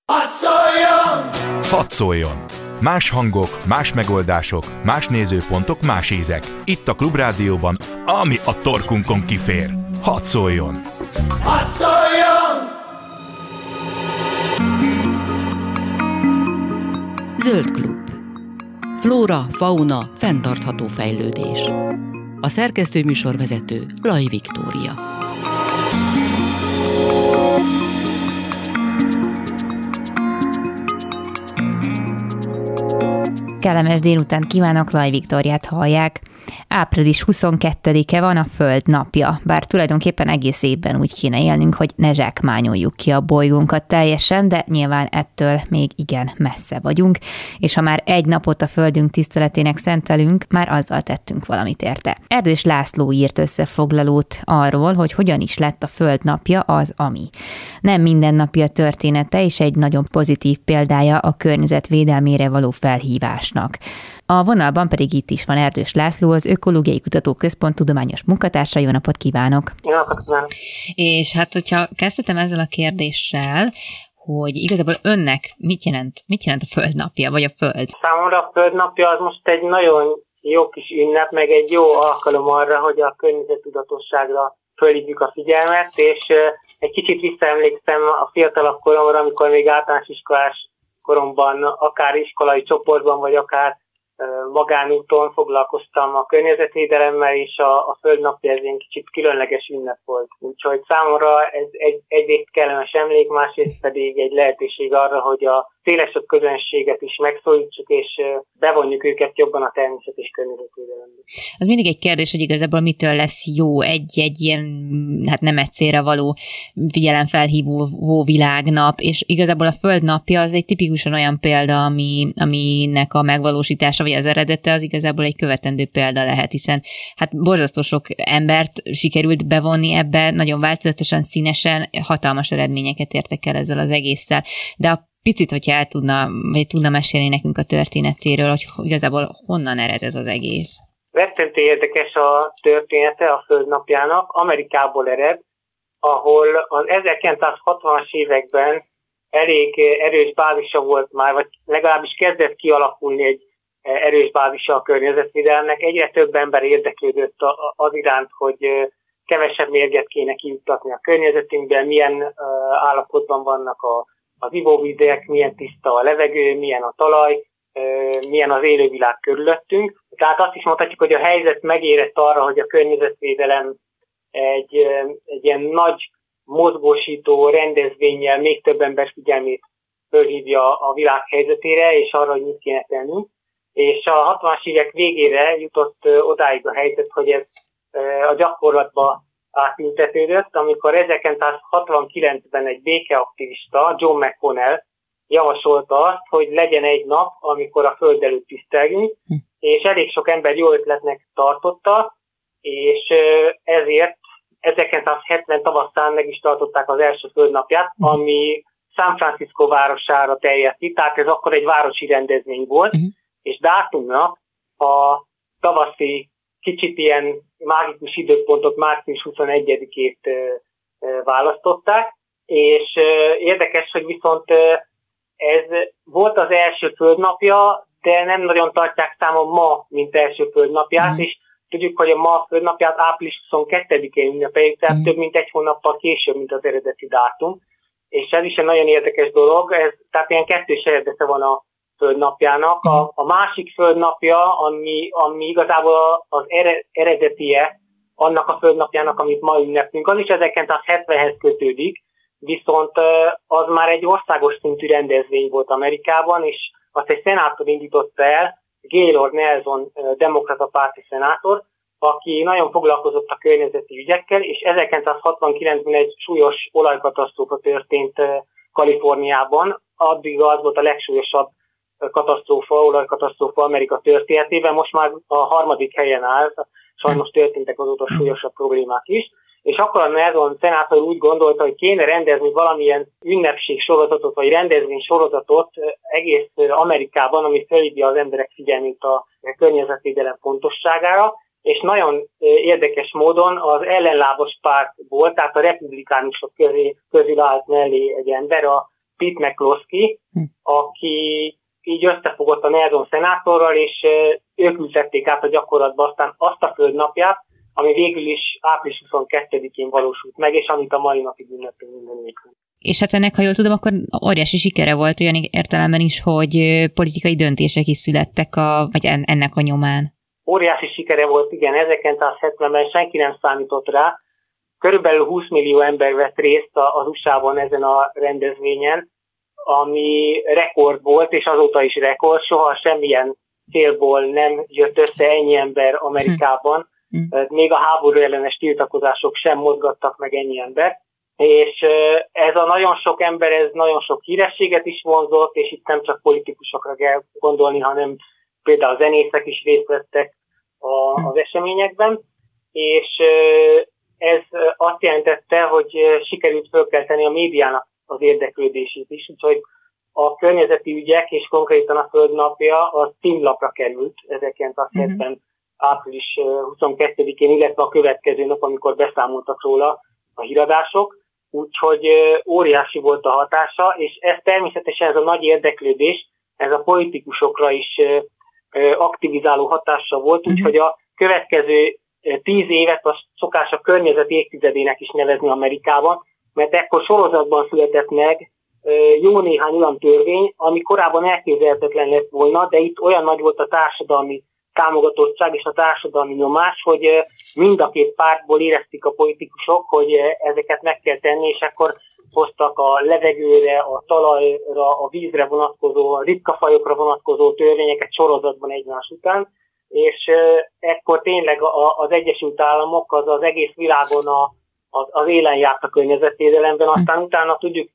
Hadd szóljon! Hadd szóljon! Más hangok, más megoldások, más nézőpontok, más ízek. Itt a Klubrádióban, ami a torkunkon kifér. Hadd szóljon! Hadd szóljon! Zöld klub. Flóra, fauna, fenntartható fejlődés. A szerkesztő műsorvezető Laj Viktória. Kellemes délután kívánok, Laj Viktóriát hallják. Április 22-e van a Föld napja, bár tulajdonképpen egész évben úgy kéne élnünk, hogy ne zsákmányoljuk ki a bolygónkat teljesen, de nyilván ettől még igen messze vagyunk, és ha már egy napot a Földünk tiszteletének szentelünk, már azzal tettünk valamit érte. Erdős László írt összefoglalót arról, hogy hogyan is lett a Föld napja az, ami. Nem mindennapi a története, és egy nagyon pozitív példája a környezet védelmére való felhívásnak. A vonalban pedig itt is van Erdős László, az Ökológiai Kutatóközpont tudományos munkatársa. Jó napot kívánok! Jó napot kívánok! És hát, hogyha kezdtem ezzel a kérdéssel, hogy igazából önnek mit jelent a Föld napja, vagy a Föld? Számomra a Föld napja az most egy nagyon jó kis ünnep, meg egy jó alkalom arra, hogy a környezettudatosságra fölhívjuk a figyelmet, és egy kicsit visszaemlékszem a fiatalabb koromra, amikor még általános iskolás koromban, akár iskolai csoportban, vagy akár magánúton foglalkoztam a környezetvédelemmel, és a Föld napja ez egy kicsit különleges ünnep volt. Úgyhogy számomra ez egyrészt kellemes emlék, másrészt pedig egy lehetőség arra, hogy a szélesebb közönséget is megszólítsuk, és bevonjuk őket jobban a természet és környezetvédelembe. Az mindig egy kérdés, hogy igazából mitől lesz jó egy ilyen, hát nem egyszerre való figyelemfelhívó világnap, és igazából a Föld napja az egy tipikusan olyan példa, aminek a megvalósítása, vagy az eredete az igazából egy követendő példa lehet, hiszen hát borzasztó sok embert sikerült bevonni ebbe, nagyon változatosan, színesen, hatalmas eredményeket értek el ezzel az egésszel. De a picit, hogyha tudna mesélni nekünk a történetéről, hogy igazából honnan ered ez az egész. Rettentő érdekes a története a Föld napjának. Amerikából ered, ahol az 1960-as években elég erős bázisa volt már, vagy legalábbis kezdett kialakulni egy erős bázisa a környezetvédelemnek. Egyre több ember érdeklődött az iránt, hogy kevesebb mérget kéne kijuttatni a környezetünkben, milyen állapotban vannak az ivóvizek, milyen tiszta a levegő, milyen a talaj, milyen az élővilág körülöttünk. Tehát azt is mondhatjuk, hogy a helyzet megérett arra, hogy a környezetvédelem egy ilyen nagy mozgósító rendezvénnyel még több ember figyelmét fölhívja a világ helyzetére, és arra, hogy mit kéne tennünk. És a 60-as évek végére jutott odáig a helyzet, hogy ez a gyakorlatba átültetődött, amikor 1969-ben egy békeaktivista, John McConnell javasolta azt, hogy legyen egy nap, amikor a Föld előtt tisztelgünk, és elég sok ember jó ötletnek tartotta, és ezért 1970 tavaszán meg is tartották az első Földnapját, ami San Francisco városára terjedt ki, tehát ez akkor egy városi rendezvény volt, és dátumnak a tavaszi kicsit ilyen mágikus időpontot március 21-ét választották, és érdekes, hogy viszont ez volt az első Földnapja, de nem nagyon tartják számon ma, mint első Földnapját, és tudjuk, hogy a ma Földnapját április 22-én ünnepeljük, tehát több mint egy hónappal később, mint az eredeti dátum, és ez is egy nagyon érdekes dolog, tehát ilyen kettős eredete van a Földnapjának. A másik Földnapja, ami igazából az eredetie annak a Földnapjának, amit ma ünneplünk, az is 1970-hez kötődik, viszont az már egy országos szintű rendezvény volt Amerikában, és azt egy szenátor indította el, Gaylord Nelson demokrata párti szenátor, aki nagyon foglalkozott a környezeti ügyekkel, és 1969-ben egy súlyos olajkatasztrófa történt Kaliforniában. Addig az volt a legsúlyosabb olajkatasztrófa Amerika történetében, most már a harmadik helyen áll, sajnos történtek azóta súlyosabb problémák is, és akkor a Nelson szenátor úgy gondolta, hogy kéne rendezni valamilyen ünnepség sorozatot, vagy rendezvény sorozatot egész Amerikában, ami felhívja az emberek figyelmét a környezetvédelem fontosságára, és nagyon érdekes módon az ellenlábas pártból, tehát a republikánusok közül állt mellé egy ember, a Pete McCloskey, aki így összefogott a Nelson szenátorral, és ők ültették át a gyakorlatba aztán azt a földnapját, ami végül is április 22-én valósult meg, és amit a mai napig ünnepel minden évben. És hát ennek, ha jól tudom, akkor óriási sikere volt olyan értelemben is, hogy politikai döntések is születtek vagy ennek a nyomán. Óriási sikere volt, igen, 1970-ben senki nem számított rá. Körülbelül 20 millió ember vett részt az USA-ban ezen a rendezvényen, ami rekord volt, és azóta is rekord, soha semmilyen célból nem jött össze ennyi ember Amerikában. Még a háború ellenes tiltakozások sem mozgattak meg ennyi embert. És ez a nagyon sok ember, ez nagyon sok hírességet is vonzott, és itt nem csak politikusokra kell gondolni, hanem például a zenészek is részt vettek az eseményekben, és ez azt jelentette, hogy sikerült fölkelteni a médiának az érdeklődését is, úgyhogy a környezeti ügyek és konkrétan a Földnapja a címlapra került 1970. április 22-én, illetve a következő nap, amikor beszámoltak róla a híradások, úgyhogy óriási volt a hatása, és ez természetesen ez a nagy érdeklődés, ez a politikusokra is aktivizáló hatása volt, úgyhogy a következő 10 évet a szokás a környezet évtizedének is nevezni Amerikában, mert ekkor sorozatban született meg jó néhány olyan törvény, ami korábban elképzelhetetlen lett volna, de itt olyan nagy volt a társadalmi támogatottság és a társadalmi nyomás, hogy mind a két pártból érezték a politikusok, hogy ezeket meg kell tenni, és akkor hoztak a levegőre, a talajra, a vízre vonatkozó, a ritkafajokra vonatkozó törvényeket sorozatban egymás után, és ekkor tényleg az Egyesült Államok az egész világon az élen járt a környezetvédelemben, aztán utána tudjuk,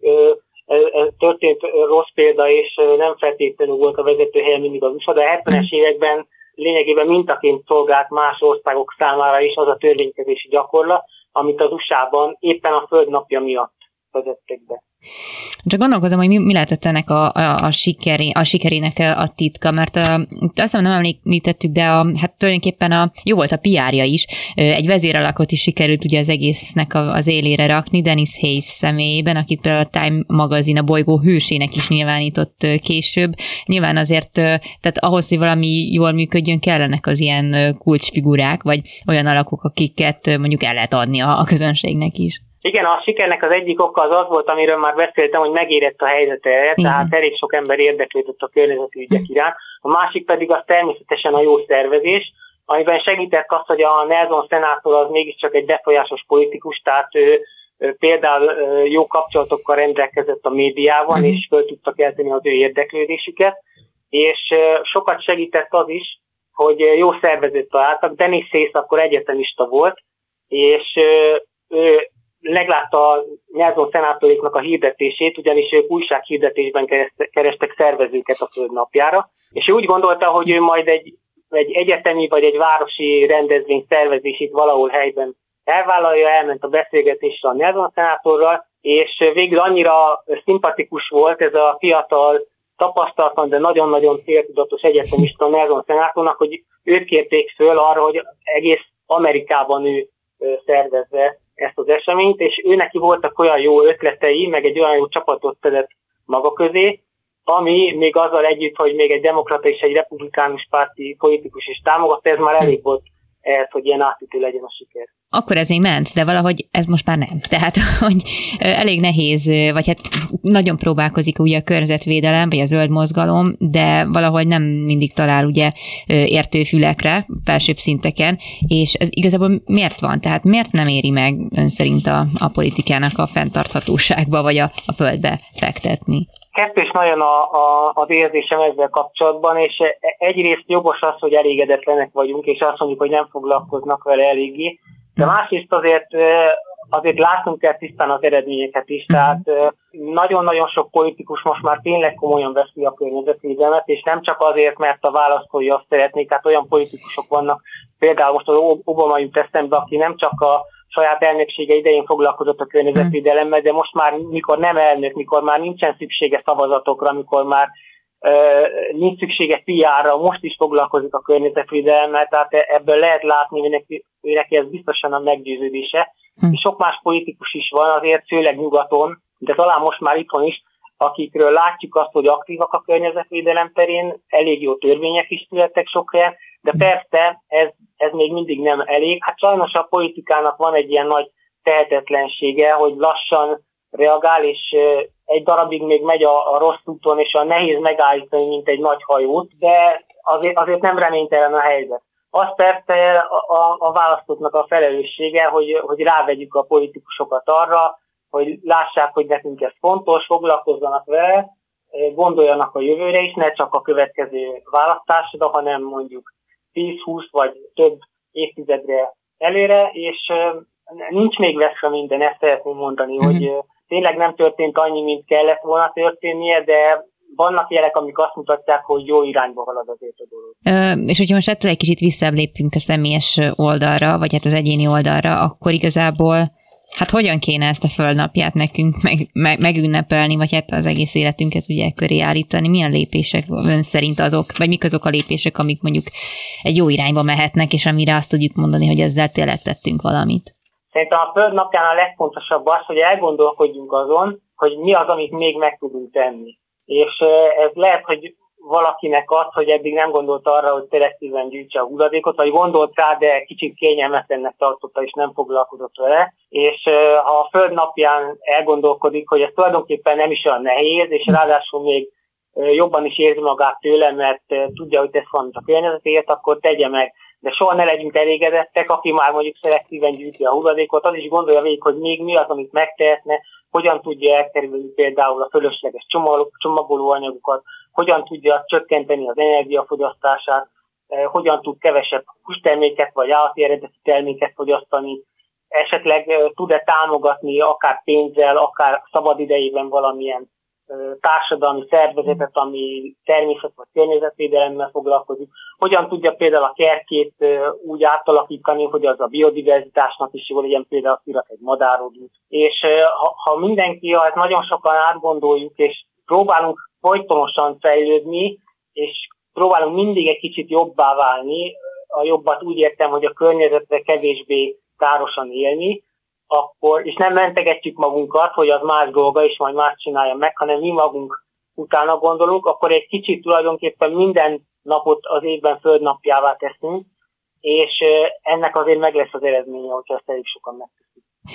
történt rossz példa, és nem feltétlenül volt a vezetőhelyen mindig az USA, de a 70-es években lényegében mintaként szolgált más országok számára is az a törvénykezési gyakorlat, amit az USA-ban éppen a Földnapja miatt vezettek be. Csak gondolkozom, hogy mi lehetett ennek a sikerének a titka, mert azt hiszem nem említettük, de hát tulajdonképpen jó volt a PR-ja is. Egy vezéralakot is sikerült ugye az egésznek az élére rakni, Dennis Hayes személyében, akit például a Time magazin a bolygó hősének is nyilvánított később. Nyilván azért, tehát ahhoz, hogy valami jól működjön, kellenek az ilyen kulcsfigurák, vagy olyan alakok, akiket mondjuk el lehet adni a közönségnek is. Igen, a sikernek az egyik oka az volt, amiről már beszéltem, hogy megérett a helyzete, tehát elég sok ember érdeklődött a környezeti ügyek iránt. A másik pedig az természetesen a jó szervezés, amiben segített az, hogy a Nelson szenátor az mégiscsak egy befolyásos politikus, tehát ő például jó kapcsolatokkal rendelkezett a médiában, és föl tudtak kelteni az ő érdeklődésüket, és sokat segített az is, hogy jó szervezőt találtak. Dennis Hayes akkor egyetemista volt, és ő meglátta a Nelson szenátoréknak a hirdetését, ugyanis ők újsághirdetésben kerestek szervezőket a Földnapjára, és ő úgy gondolta, hogy ő majd egy egyetemi vagy egy városi rendezvény szervezését valahol helyben elvállalja, elment a beszélgetésre a Nelson szenátorral, és végül annyira szimpatikus volt ez a fiatal, tapasztalatlan, de nagyon-nagyon céltudatos egyetemista Nelson szenátornak, hogy őt kérték föl arra, hogy egész Amerikában ő szervezze ezt az eseményt, és ő neki voltak olyan jó ötletei, meg egy olyan jó csapatot szedett maga közé, ami még azzal együtt, hogy még egy demokrata és egy republikánus párti politikus is támogatta, ez már elég volt ehhez, hogy ilyen átütő legyen a siker. Akkor ez még ment, de valahogy ez most már nem. Tehát, hogy elég nehéz, vagy hát nagyon próbálkozik ugye a környezetvédelem, vagy a zöld mozgalom, de valahogy nem mindig talál ugye értő fülekre, felsőbb szinteken, és ez igazából miért van? Tehát miért nem éri meg ön szerint a politikának a fenntarthatóságba, vagy a földbe fektetni? Kettős nagyon az érzésem ezzel kapcsolatban, és egyrészt jogos az, hogy elégedetlenek vagyunk, és azt mondjuk, hogy nem foglalkoznak vele eléggé, de másrészt azért látunk kell tisztán az eredményeket is, tehát nagyon-nagyon sok politikus most már tényleg komolyan veszi a környezetvédelmet, és nem csak azért, mert a választói azt szeretnék, hát olyan politikusok vannak, például most az Obama jut eszembe, aki nem csak a saját elnöksége idején foglalkozott a környezetvédelemmel, de most már, mikor nem elnök, mikor már nincsen szüksége szavazatokra, mikor már nincs szüksége PR-ra, most is foglalkozik a környezetvédelemmel, tehát ebből lehet látni, hogy neki ez biztosan a meggyőződése. És sok más politikus is van, azért főleg nyugaton, de talán most már itthon is, akikről látjuk azt, hogy aktívak a környezetvédelem terén, elég jó törvények is születtek sok helyen, de persze ez még mindig nem elég. Hát sajnos a politikának van egy ilyen nagy tehetetlensége, hogy lassan reagál, és egy darabig még megy a rossz úton, és a nehéz megállítani, mint egy nagy hajót, de azért nem reménytelen a helyzet. Az persze a választóknak a felelőssége, hogy rávegyük a politikusokat arra, hogy lássák, hogy nekünk ez fontos, foglalkozzanak vele, gondoljanak a jövőre is, ne csak a következő választásra, hanem mondjuk 10-20 vagy több évtizedre előre, és nincs még veszve minden, ezt szeretném mondani, hogy tényleg nem történt annyi, mint kellett volna történnie, de vannak jelek, amik azt mutatják, hogy jó irányba halad azért a dolog. És hogyha most ettől egy kicsit visszább lépünk a személyes oldalra, vagy hát az egyéni oldalra, akkor igazából hát hogyan kéne ezt a földnapját nekünk megünnepelni, vagy hát az egész életünket ugye köré állítani? Milyen lépések ön szerint azok, vagy mik azok a lépések, amik mondjuk egy jó irányba mehetnek, és amire azt tudjuk mondani, hogy ezzel tényleg tettünk valamit? Szerintem a földnapján a legfontosabb az, hogy elgondolkodjunk azon, hogy mi az, amit még meg tudunk tenni. És ez lehet, hogy valakinek az, hogy eddig nem gondolt arra, hogy szelektíven gyűjtse a hulladékot, vagy gondolt rá, de kicsit kényelmetlennek tartotta, és nem foglalkozott vele. És ha a földnapján elgondolkodik, hogy ez tulajdonképpen nem is olyan nehéz, és ráadásul még jobban is érzi magát tőle, mert tudja, hogy tesz valamit a környezetért, akkor tegye meg. De soha ne legyünk elégedettek, aki már mondjuk szelektíven gyűjti a hulladékot, az is gondolja végig, hogy még mi az, amit megtehetne, hogyan tudja elkerülni például a fölösleges csomagolóanyagokat, hogyan tudja csökkenteni az energiafogyasztását, hogyan tud kevesebb hústerméket vagy állati eredetű terméket fogyasztani, esetleg tud-e támogatni akár pénzzel, akár szabadidejében valamilyen társadalmi szervezetet, ami természet vagy környezetvédelemmel foglalkozik, hogyan tudja például a kertjét úgy átalakítani, hogy az a biodiverzitásnak is jól legyen, például kirak egy madárodút. És ha mindenki, ezt nagyon sokan átgondoljuk, és próbálunk folytonosan fejlődni, és próbálunk mindig egy kicsit jobbá válni, a jobbat úgy értem, hogy a környezetre kevésbé károsan élni, akkor, és nem mentegetjük magunkat, hogy az más dolga, és majd más csinálja meg, hanem mi magunk utána gondolunk, akkor egy kicsit tulajdonképpen minden napot az évben földnapjává teszünk, és ennek azért meg lesz az eredménye, hogyha ezt elég sokan megteszik.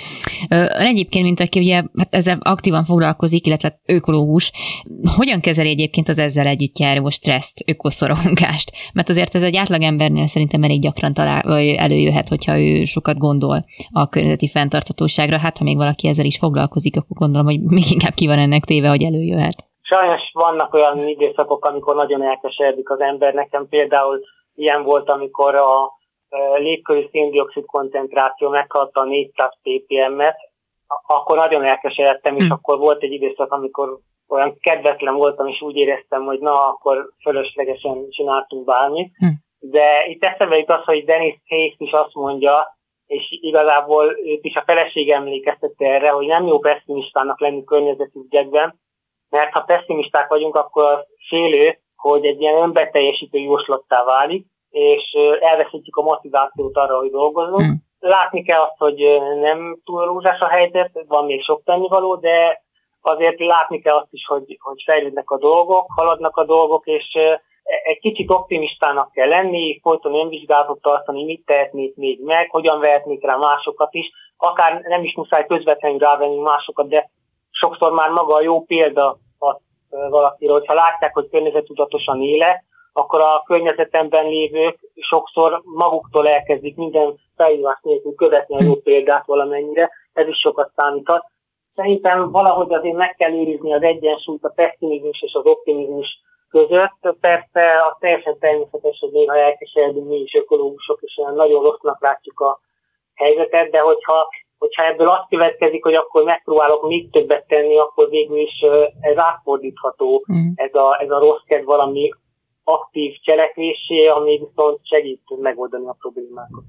Egyébként, mint aki ugye hát ezzel aktívan foglalkozik, illetve ökológus, hogyan kezeli egyébként az ezzel együtt járó stresszt, ökoszorongást? Mert azért ez egy átlagembernél szerintem elég gyakran előjöhet, hogyha ő sokat gondol a környezeti fenntarthatóságra. Hát ha még valaki ezzel is foglalkozik, akkor gondolom, hogy még inkább ki van ennek téve, hogy előjöhet. Sajnos vannak olyan időszakok, amikor nagyon elkeseredik az ember. Nekem például ilyen volt, amikor a légköri szén-dioxid koncentráció meghaladta a 400 ppm-et, akkor nagyon elkeseredtem, és akkor volt egy időszak, amikor olyan kedvetlen voltam, és úgy éreztem, hogy na, akkor fölöslegesen csináltunk bármit. De itt eszembe jut az, hogy Dennis Hayes is azt mondja, és igazából őt is a feleség emlékeztette erre, hogy nem jó pessimistának lenni környezeti ügyekben, mert ha pessimisták vagyunk, akkor az félő, hogy egy ilyen önbeteljesítő jóslattá válik, és elveszítjük a motivációt arra, hogy dolgozunk. Látni kell azt, hogy nem túl rózsás a helyzet, van még sok tennivaló, de azért látni kell azt is, hogy fejlődnek a dolgok, haladnak a dolgok, és egy kicsit optimistának kell lenni, folyton önvizsgálatot tartani, mit tehetnék még meg, hogyan vehetnék rá másokat is, akár nem is muszáj közvetlenül rávenni másokat, de sokszor már maga a jó példa valakiről, hogyha látják, hogy környezettudatosan éle, akkor a környezetemben lévők sokszor maguktól elkezdik minden felhívás nélkül követni a jó példát valamennyire, ez is sokat számíthat. Szerintem valahogy azért meg kell őrizni az egyensúlyt a pessimizmus és az optimizmus között. Persze a teljesen természetes, hogy néha elkeseredünk mi is ökológusok, és olyan nagyon rossznak látjuk a helyzetet, de hogyha ebből azt következik, hogy akkor megpróbálok még többet tenni, akkor végül is ez átfordítható, ez a rossz kedv valami aktív cselekvésé, ami viszont segít megoldani a problémákat.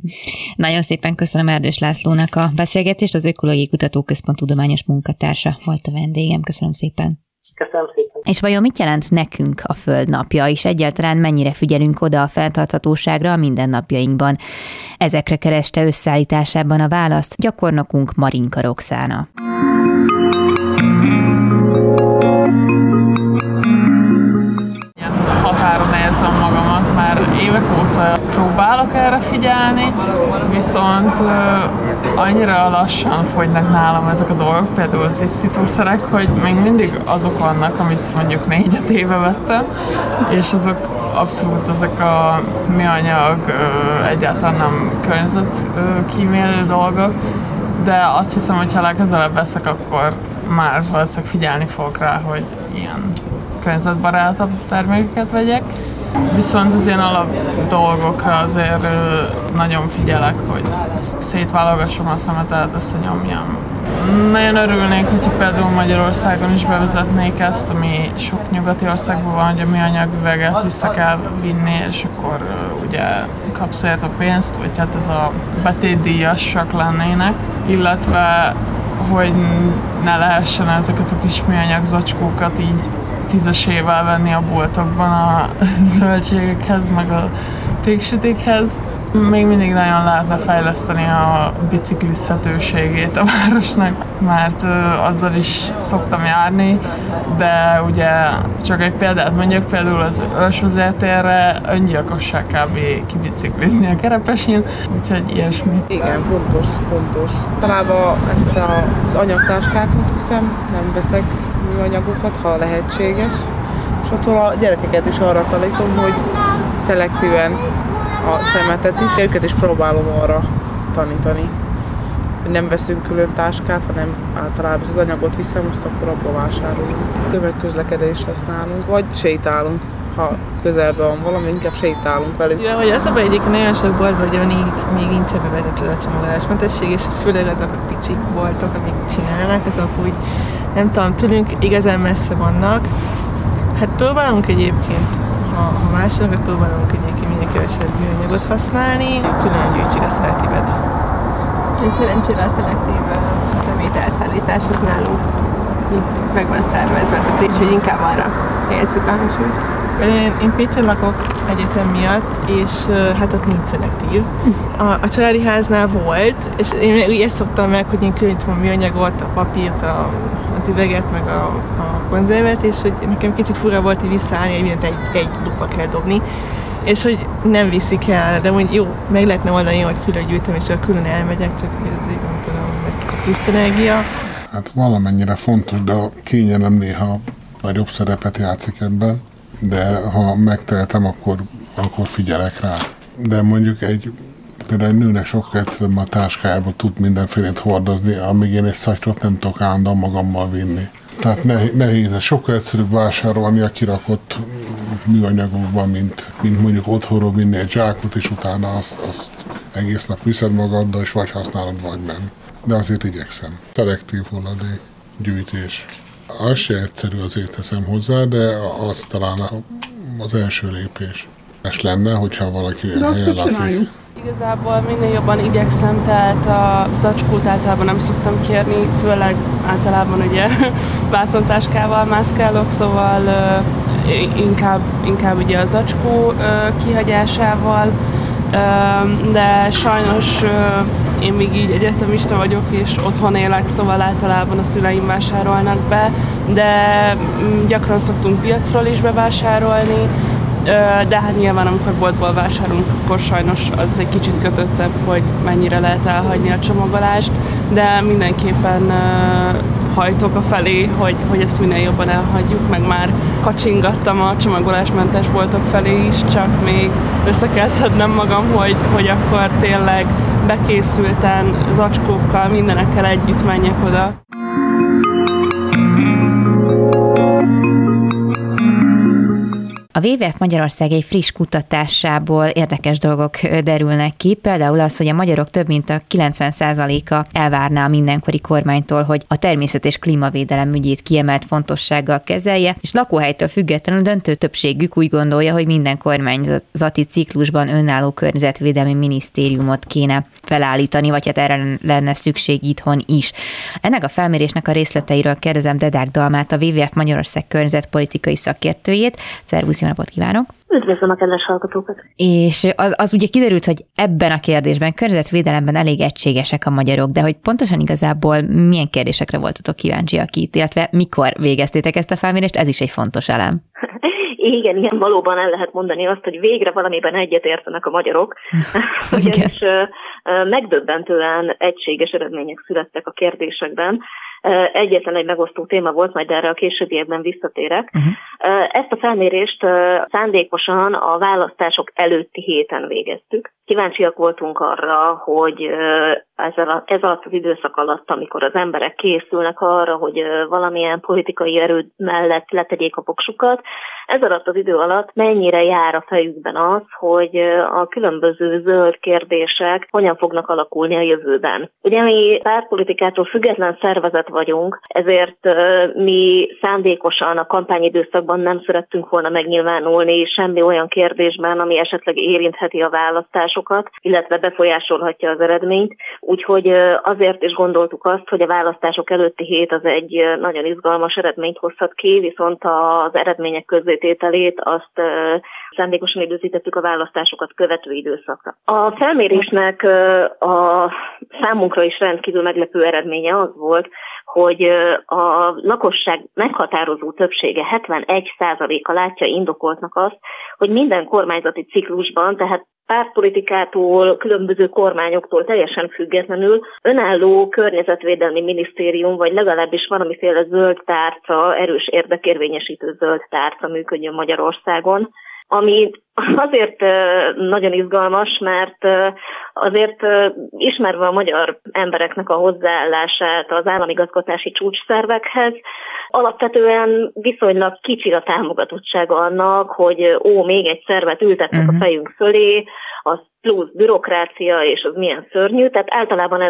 Nagyon szépen köszönöm Erdős Lászlónak a beszélgetést, az Ökológiai Kutatóközpont tudományos munkatársa volt a vendégem. Köszönöm szépen. Köszönöm szépen. És vajon mit jelent nekünk a Földnapja, és egyáltalán mennyire figyelünk oda a fenntarthatóságra a mindennapjainkban? Ezekre kereste összeállításában a választ gyakornokunk Marinka Roxana. próbálok erre figyelni, viszont annyira lassan fogynak nálam ezek a dolgok, például az isztítószerek, hogy még mindig azok vannak, amit mondjuk 4 éve vettem, és azok abszolút ezek a műanyag, egyáltalán nem környezetkímélő dolgok, de azt hiszem, hogy ha legközelebb veszek, akkor már valószínűleg figyelni fogok rá, hogy ilyen környezetbarátabb termékeket vegyek. Viszont az ilyen alap dolgokra azért nagyon figyelek, hogy szétválogassam a szemetet, összenyomjam. Nagyon örülnék, hogyha például Magyarországon is bevezetnék ezt, ami sok nyugati országban van, hogy a műanyag üveget vissza kell vinni, és akkor ugye kapsz érte a pénzt, vagy hát ez a betétdíjasak lennének, illetve hogy ne lehessen ezeket a kis műanyag zacskókat így 10-esével venni a boltokban a zöldségekhez, meg a péksütikhez. Még mindig nagyon lehetne fejleszteni a biciklizhetőségét a városnak, mert azzal is szoktam járni, de ugye csak egy példát mondjak, például az Őrsvezértérre öngyilkosság kb. Kibiciklizni a Kerepesin, úgyhogy ilyesmi. Igen, fontos. Találva ezt az anyagtáskákat viszem, nem veszek műanyagokat, ha lehetséges, és attól a gyerekeket is arra tanítom, hogy szelektíven a szemetet is, őket is próbálom arra tanítani, hogy nem veszünk külön táskát, hanem általában az anyagot viszem, azt akkor abba vásárolunk. Tömegközlekedést használunk, vagy sétálunk, ha közelben van valami, inkább sétálunk velük. Ja, hogy az abban egyébként nagyon sok boltban, hogy még nincs bevezető a csomagolásmentesség, és főleg azok a picik boltok, amik csinálnak, azok úgy, nem tudom, tőlünk igazán messze vannak. Hát próbálunk egyébként, ha másolunk, akkor próbálunk egyébként minél kevesebb műanyagot használni, külön gyűjtjük a szelektívet. Szerencsére a szelektív szemét elszállítás az nálunk meg van szervezve, tehát úgyhogy inkább arra helyezzük a hangsúlyt. Én Pécsen lakok egyetem miatt, és hát ott nincs szelektív. A családi háznál volt, és én úgy ezt szoktam meg, hogy én különítem a műanyagot, a papírt, az üveget, meg a konzervet, és hogy nekem kicsit fura volt így visszaállni, hogy mindent egy lukba kell dobni, és hogy nem viszik el, de mondjuk jó, meg lehetne oldani, hogy külön gyűjtöm, és akkor külön elmegyek, csak ez így nem tudom, csak plusz energia. Hát valamennyire fontos, de a kényelem néha nagyobb szerepet játszik ebben, de ha megtehetem, akkor figyelek rá. De mondjuk például egy nőnek sokkal egyszerűbb a táskájába tud mindenfélét hordozni, amíg én egy szatyrot nem tudok állandóan magammal vinni. Tehát nehéz, sokkal egyszerűbb vásárolni a kirakott műanyagokban, mint mondjuk otthonról vinni egy zsákot, és utána azt egész nap viszed magaddal, és vagy használod, vagy nem. De azért igyekszem. Szelektív hulladék, gyűjtés. Az se egyszerű, azért teszem hozzá, de az talán az első lépés. Ez lenne, hogyha valaki helyen lakik. Igazából minél jobban igyekszem, tehát a zacskót általában nem szoktam kérni, főleg általában ugye vászontáskával mászkálok, szóval inkább ugye a zacskó kihagyásával, de sajnos én még így egyetemista vagyok, és otthon élek, szóval általában a szüleim vásárolnak be, de gyakran szoktunk piacról is bevásárolni, de hát nyilván amikor boltból vásárolunk, akkor sajnos az egy kicsit kötöttebb, hogy mennyire lehet elhagyni a csomagolást, de mindenképpen hajtok a felé, hogy ezt minél jobban elhagyjuk, meg már kacsingattam a csomagolásmentes boltok felé is, csak még össze kell szednem magam, hogy akkor tényleg bekészülten, zacskókkal, mindenekkel együtt menjek oda. A WWF Magyarország egy friss kutatásából érdekes dolgok derülnek ki, például az, hogy a magyarok több mint a 90%-a elvárná a mindenkori kormánytól, hogy a természet és klímavédelem ügyét kiemelt fontossággal kezelje, és lakóhelytől függetlenül döntő többségük úgy gondolja, hogy minden kormányzati ciklusban önálló környezetvédelmi minisztériumot kéne felállítani, vagy hát erre lenne szükség itthon is. Ennek a felmérésnek a részleteiről kérdezem Dedák Dalmát, a WWF Magyarország környezetpolitikai szakértőjét. Szervusz, jó napot kívánok! Üdvözlöm a kedves hallgatókat! És az ugye kiderült, hogy ebben a kérdésben, környezetvédelemben elég egységesek a magyarok, de hogy pontosan igazából milyen kérdésekre voltatok kíváncsiak itt, illetve mikor végeztétek ezt a felmérést, ez is egy fontos elem. Igen, valóban el lehet mondani azt, hogy végre valamiben egyetértenek a magyarok, ugyanis megdöbbentően egységes eredmények születtek a kérdésekben. Egyetlen egy megosztó téma volt, majd erre a későbbiekben visszatérek. Ezt a felmérést szándékosan a választások előtti héten végeztük. Kíváncsiak voltunk arra, hogy ez alatt az időszak alatt, amikor az emberek készülnek arra, hogy valamilyen politikai erő mellett letegyék a voksukat, ez alatt az idő alatt mennyire jár a fejükben az, hogy a különböző zöld kérdések hogyan fognak alakulni a jövőben. Ugye mi pártpolitikától független szervezet vagyunk, ezért mi szándékosan a kampányidőszakban nem szerettünk volna megnyilvánulni semmi olyan kérdésben, ami esetleg érintheti a választásokat, illetve befolyásolhatja az eredményt. Úgyhogy azért is gondoltuk azt, hogy a választások előtti hét az egy nagyon izgalmas eredményt hozhat ki, viszont az eredmények közzétételét azt szándékosan időzítettük a választásokat követő időszakra. A felmérésnek a számunkra is rendkívül meglepő eredménye az volt, hogy a lakosság meghatározó többsége 71%-a látja indokoltnak azt, hogy minden kormányzati ciklusban, tehát pártpolitikától, különböző kormányoktól teljesen függetlenül önálló környezetvédelmi minisztérium, vagy legalábbis valamiféle zöld tárca, erős érdekérvényesítő zöld tárca működjön Magyarországon, ami azért nagyon izgalmas, mert azért ismerve a magyar embereknek a hozzáállását az államigazgatási csúcsszervekhez, alapvetően viszonylag kicsi a támogatottsága annak, hogy még egy szervet ültetnek a fejünk fölé, az plusz bürokrácia, és az milyen szörnyű, tehát általában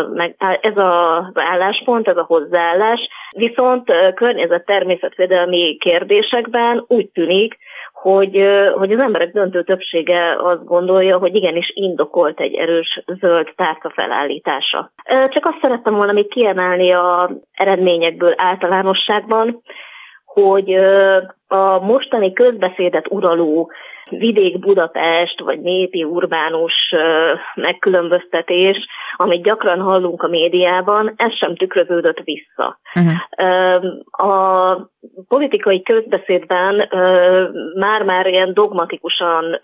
ez az álláspont, ez a hozzáállás, viszont környezet-természetvédelmi kérdésekben úgy tűnik, hogy az emberek döntő többsége azt gondolja, hogy igenis indokolt egy erős zöld tárca felállítása. Csak azt szerettem volna még kiemelni az eredményekből általánosságban, hogy a mostani közbeszédet uraló vidék-Budapest vagy népi urbánus megkülönböztetés, amit gyakran hallunk a médiában, ez sem tükröződött vissza. A politikai közbeszédben már ilyen dogmatikusan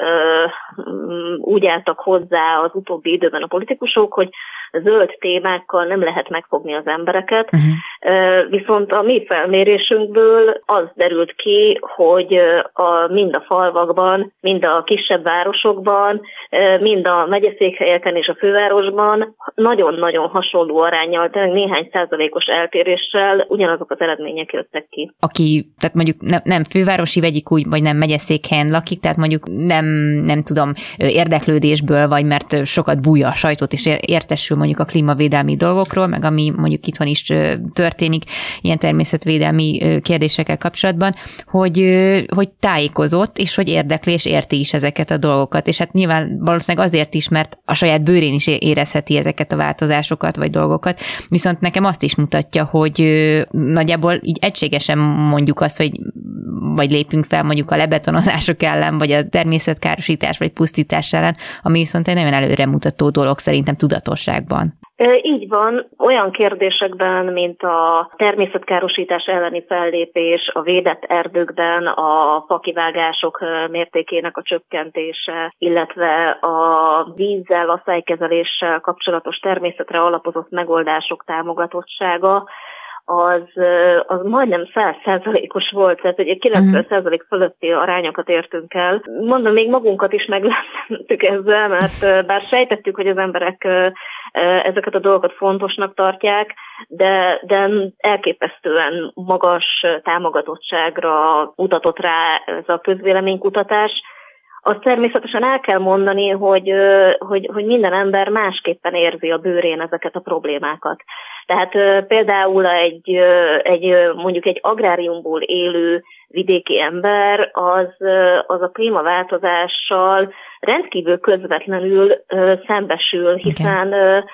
úgy álltak hozzá az utóbbi időben a politikusok, hogy zöld témákkal nem lehet megfogni az embereket, viszont a mi felmérésünkből az derült ki, hogy mind a falvakban, mind a kisebb városokban, mind a megyeszékhelyeken és a fővárosban nagyon-nagyon hasonló aránnyal, tehát néhány százalékos eltéréssel ugyanazok az eredmények jöttek ki. Aki, tehát mondjuk nem fővárosi vegyik úgy, vagy nem megyeszékhelyen lakik, tehát mondjuk nem tudom, érdeklődésből, vagy mert sokat bújja a sajtót, és értesül mondjuk a klímavédelmi dolgokról, meg ami mondjuk itthon is történik ilyen természetvédelmi kérdésekkel kapcsolatban, hogy tájékozott, és hogy érdekli, és érti is ezeket a dolgokat. És hát nyilván valószínűleg azért is, mert a saját bőrén is érezheti ezeket a változásokat, vagy dolgokat. Viszont nekem azt is mutatja, hogy nagyjából így egységesen mondjuk azt, hogy vagy lépünk fel mondjuk a lebetonozások ellen, vagy a természetkárosítás, vagy pusztítás ellen, ami viszont egy nagyon előremutató dolog szerintem tudatosságban. Így van, olyan kérdésekben, mint a természetkárosítás elleni fellépés, a védett erdőkben a fakivágások mértékének a csökkentése, illetve a vízzel, a szájkezeléssel kapcsolatos természetre alapozott megoldások támogatottsága, az majdnem 100%-os volt, tehát ugye 90% fölötti arányokat értünk el. Mondom, még magunkat is megleptük ezzel, mert bár sejtettük, hogy az emberek ezeket a dolgokat fontosnak tartják, de elképesztően magas támogatottságra mutatott rá ez a közvéleménykutatás. Azt természetesen el kell mondani, hogy minden ember másképpen érzi a bőrén ezeket a problémákat. Tehát például mondjuk egy agráriumból élő vidéki ember az a klímaváltozással rendkívül közvetlenül szembesül, hiszen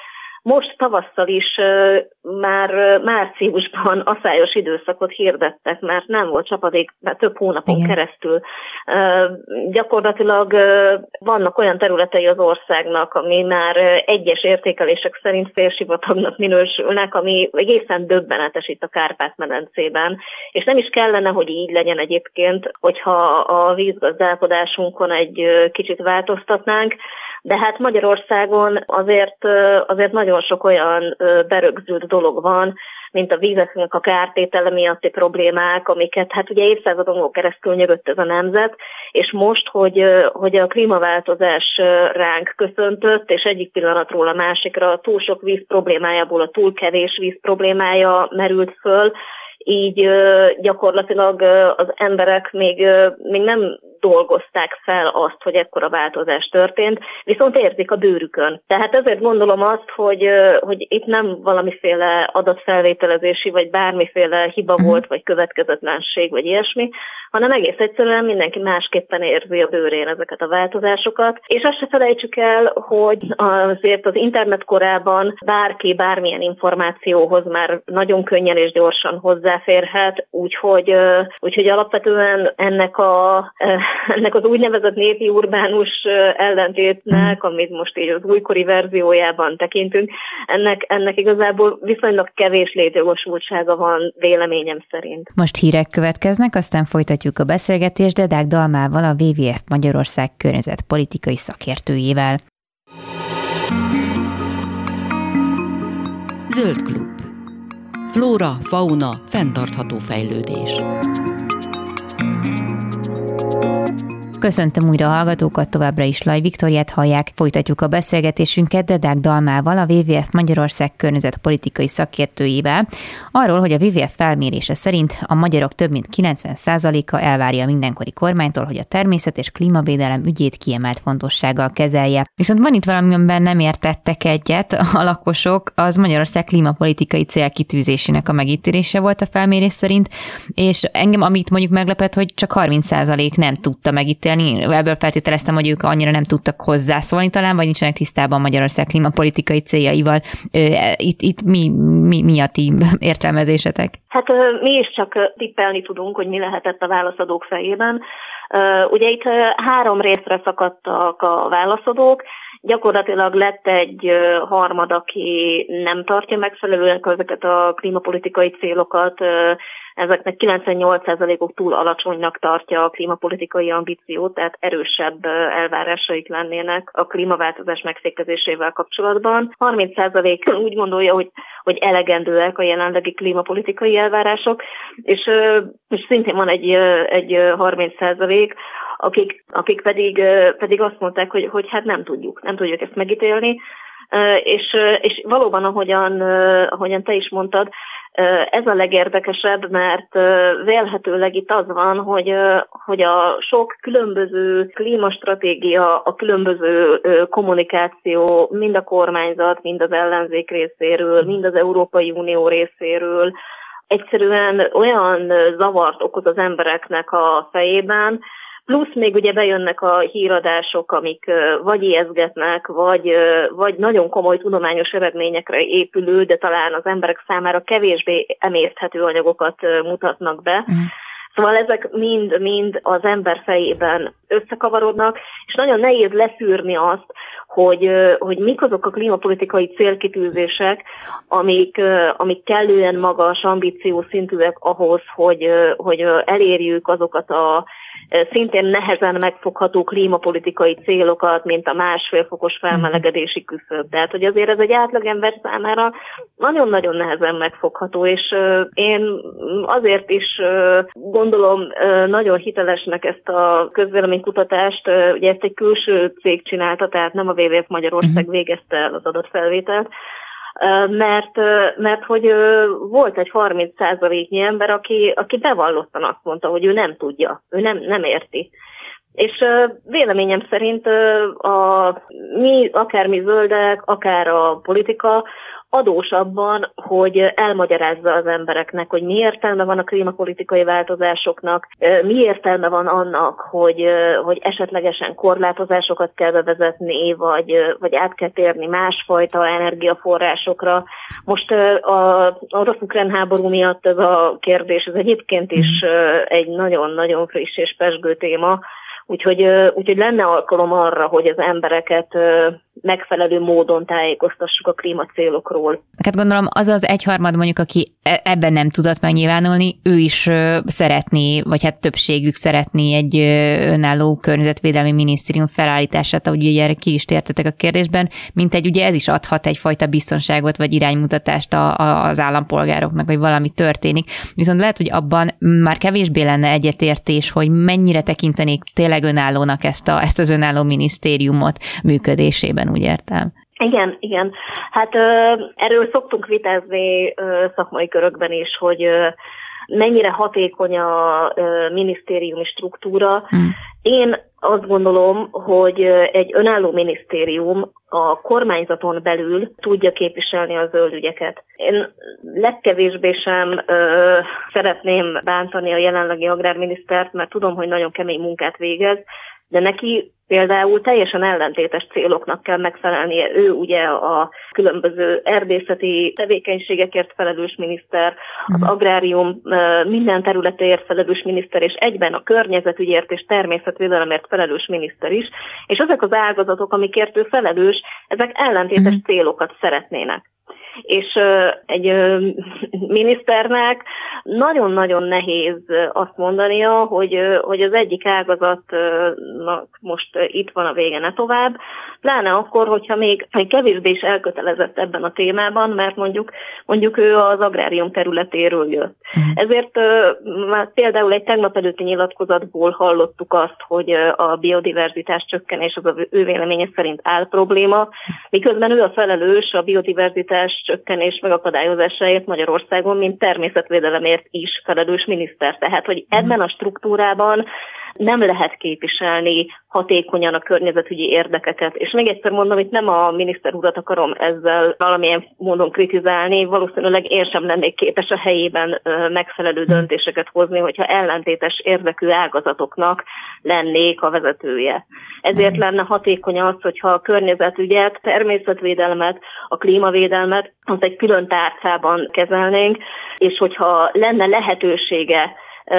most tavasszal is már márciusban aszályos időszakot hirdettek, mert nem volt csapadék több hónapon keresztül. Gyakorlatilag vannak olyan területei az országnak, ami már egyes értékelések szerint félsivatagnak minősülnek, ami egészen döbbenetes itt a Kárpát-medencében. És nem is kellene, hogy így legyen egyébként, hogyha a vízgazdálkodásunkon egy kicsit változtatnánk, de hát Magyarországon azért nagyon sok olyan berögzült dolog van, mint a vízeknek a kártétele miatti problémák, amiket hát ugye évszázadon keresztül nyögött ez a nemzet, és most, hogy a klímaváltozás ránk köszöntött, és egyik pillanatról a másikra a túl sok víz problémájából a túl kevés víz problémája merült föl, így gyakorlatilag az emberek még nem dolgozták fel azt, hogy ekkora változás történt, viszont érzik a bőrükön. Tehát ezért gondolom azt, hogy itt nem valamiféle adatfelvételezési, vagy bármiféle hiba volt, vagy következetlenség, vagy ilyesmi, hanem egész egyszerűen mindenki másképpen érzi a bőrén ezeket a változásokat. És azt se felejtsük el, hogy azért az internet korában bárki bármilyen információhoz már nagyon könnyen és gyorsan hozzáférhet, úgyhogy alapvetően ennek az úgynevezett népi urbánus ellentétnek, amit most így az újkori verziójában tekintünk, ennek igazából viszonylag kevés létjogosultsága van véleményem szerint. Most hírek következnek, aztán folytatjuk a beszélgetést Dedák Dalmával, a WWF Magyarország környezetpolitikai szakértőjével. Zöld klub. Flóra, fauna, fenntartható fejlődés. Köszöntöm újra a hallgatókat, továbbra is Laj Viktóriát hallják. Folytatjuk a beszélgetésünket Dedák Dalmával, a WWF Magyarország környezetpolitikai szakértőjével, arról, hogy a WWF felmérése szerint a magyarok több mint 90%-a elvárja a mindenkori kormánytól, hogy a természet és klímavédelem ügyét kiemelt fontossággal kezelje. Viszont van itt valami, amiben nem értettek egyet a lakosok, az Magyarország klímapolitikai célkitűzésének a megítélése volt a felmérés szerint, és engem, amit mondjuk meglepett, hogy csak 30% nem tudta megítélni. Ebből feltételeztem, hogy ők annyira nem tudtak hozzászólni talán, vagy nincsenek tisztában Magyarország klímapolitikai céljaival. Itt mi a ti értelmezésetek? Hát mi is csak tippelni tudunk, hogy mi lehetett a válaszadók fejében. Ugye itt 3 részre szakadtak a válaszadók. Gyakorlatilag lett egy harmad, aki nem tartja megfelelően ezeket a klímapolitikai célokat, ezeknek 98%-uk túl alacsonynak tartja a klímapolitikai ambíciót, tehát erősebb elvárásaik lennének a klímaváltozás megfékezésével kapcsolatban. 30% úgy gondolja, hogy elegendőek a jelenlegi klímapolitikai elvárások, és szintén van egy 30%, akik pedig azt mondták, hogy hát nem tudjuk ezt megítélni, és valóban, ahogyan te is mondtad, ez a legérdekesebb, mert vélhetőleg itt az van, hogy a sok különböző klímastratégia, a különböző kommunikáció, mind a kormányzat, mind az ellenzék részéről, mind az Európai Unió részéről egyszerűen olyan zavart okoz az embereknek a fejében, plusz még ugye bejönnek a híradások, amik vagy ijesztgetnek, vagy nagyon komoly tudományos eredményekre épülő, de talán az emberek számára kevésbé emészthető anyagokat mutatnak be. Szóval ezek mind az ember fejében összekavarodnak, és nagyon nehéz leszűrni azt, hogy mik azok a klímapolitikai célkitűzések, amik kellően magas ambíciószintűek ahhoz, hogy elérjük azokat a szintén nehezen megfogható klímapolitikai célokat, mint a 1,5 fokos felmelegedési küszöb. Tehát, hogy azért ez egy átlagember számára nagyon-nagyon nehezen megfogható, és én azért is gondolom nagyon hitelesnek ezt a közvéleménykutatást, ugye ezt egy külső cég csinálta, tehát nem a WWF Magyarország végezte el az adatfelvételt, mert hogy volt egy 30%-nyi ember, aki bevallottan azt mondta, hogy ő nem tudja, ő nem érti. És véleményem szerint akár mi zöldek, akár a politika adós abban, hogy elmagyarázza az embereknek, hogy mi értelme van a klímapolitikai változásoknak, mi értelme van annak, hogy esetlegesen korlátozásokat kell bevezetni, vagy át kell térni másfajta energiaforrásokra. Most a orosz-ukrán háború miatt ez a kérdés, ez egyébként is egy nagyon-nagyon friss és pezsgő téma, Úgyhogy lenne alkalom arra, hogy az embereket megfelelő módon tájékoztassuk a klímacélokról. Hát gondolom az az egyharmad mondjuk, aki ebben nem tudott megnyilvánulni, ő is szeretné, vagy hát többségük szeretné egy önálló környezetvédelmi minisztérium felállítását, ahogy ugye erre ki is tértetek a kérdésben, mint ugye ez is adhat egyfajta biztonságot, vagy iránymutatást az állampolgároknak, hogy valami történik. Viszont lehet, hogy abban már kevésbé lenne egyetértés, hogy mennyire tekintenék tényleg önállónak ezt az önálló minisztériumot működésében, úgy értem. Igen. Hát erről szoktunk vitázni szakmai körökben is, hogy mennyire hatékony a minisztériumi struktúra. Én azt gondolom, hogy egy önálló minisztérium a kormányzaton belül tudja képviselni a zöld ügyeket. Én legkevésbé sem szeretném bántani a jelenlegi agrárminisztert, mert tudom, hogy nagyon kemény munkát végez, de neki például teljesen ellentétes céloknak kell megfelelnie. Ő ugye a különböző erdészeti tevékenységekért felelős miniszter, az agrárium minden területéért felelős miniszter, és egyben a környezetügyért és természetvédelemért felelős miniszter is, és ezek az ágazatok, amikért ő felelős, ezek ellentétes célokat szeretnének. És egy miniszternek nagyon-nagyon nehéz azt mondania, hogy az egyik ágazatnak most itt van a vége, ne tovább, pláne akkor, hogyha még kevésbé is elkötelezett ebben a témában, mert mondjuk ő az agrárium területéről jött. Ezért már például egy tegnap előtti nyilatkozatból hallottuk azt, hogy a biodiverzitás csökkenés az ő véleménye szerint áll probléma, miközben ő a felelős a biodiverzitás csökkenés megakadályozásáért Magyarországon, mint természetvédelemért is felelős miniszter. Tehát, hogy ebben a struktúrában nem lehet képviselni hatékonyan a környezetügyi érdekeket. És még egyszer mondom, itt nem a miniszter urat akarom ezzel valamilyen módon kritizálni, valószínűleg én sem lennék képes a helyében megfelelő döntéseket hozni, hogyha ellentétes érdekű ágazatoknak lennék a vezetője. Ezért lenne hatékony az, hogyha a környezetügyet, természetvédelmet, a klímavédelmet az egy külön tárcában kezelnénk, és hogyha lenne lehetősége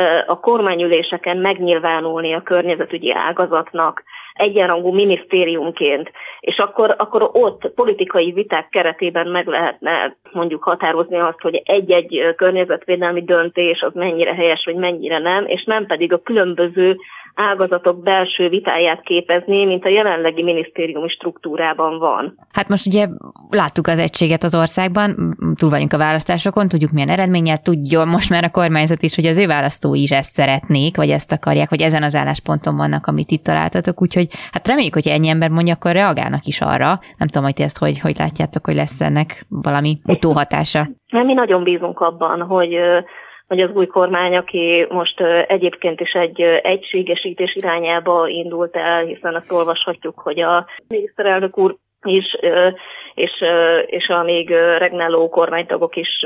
a kormányüléseken megnyilvánulni a környezetügyi ágazatnak egyenrangú minisztériumként, és akkor ott politikai viták keretében meg lehetne mondjuk határozni azt, hogy egy-egy környezetvédelmi döntés az mennyire helyes, vagy mennyire nem, és nem pedig a különböző ágazatok belső vitáját képezni, mint a jelenlegi minisztériumi struktúrában van. Hát most ugye láttuk az egységet az országban, túl vagyunk a választásokon, tudjuk milyen eredménnyel, tudjon most már a kormányzat is, hogy az ő választói is ezt szeretnék, vagy ezt akarják, vagy ezen az állásponton vannak, amit itt találtatok, úgyhogy hát reméljük, hogy ennyi ember mondja, akkor reagálnak is arra. Nem tudom, hogy ti ezt hogy látjátok, hogy lesz ennek valami utóhatása. Mi nagyon bízunk abban, hogy az új kormány, aki most egyébként is egy egységesítés irányába indult el, hiszen azt olvashatjuk, hogy a miniszterelnök úr is, és a még regnáló kormánytagok is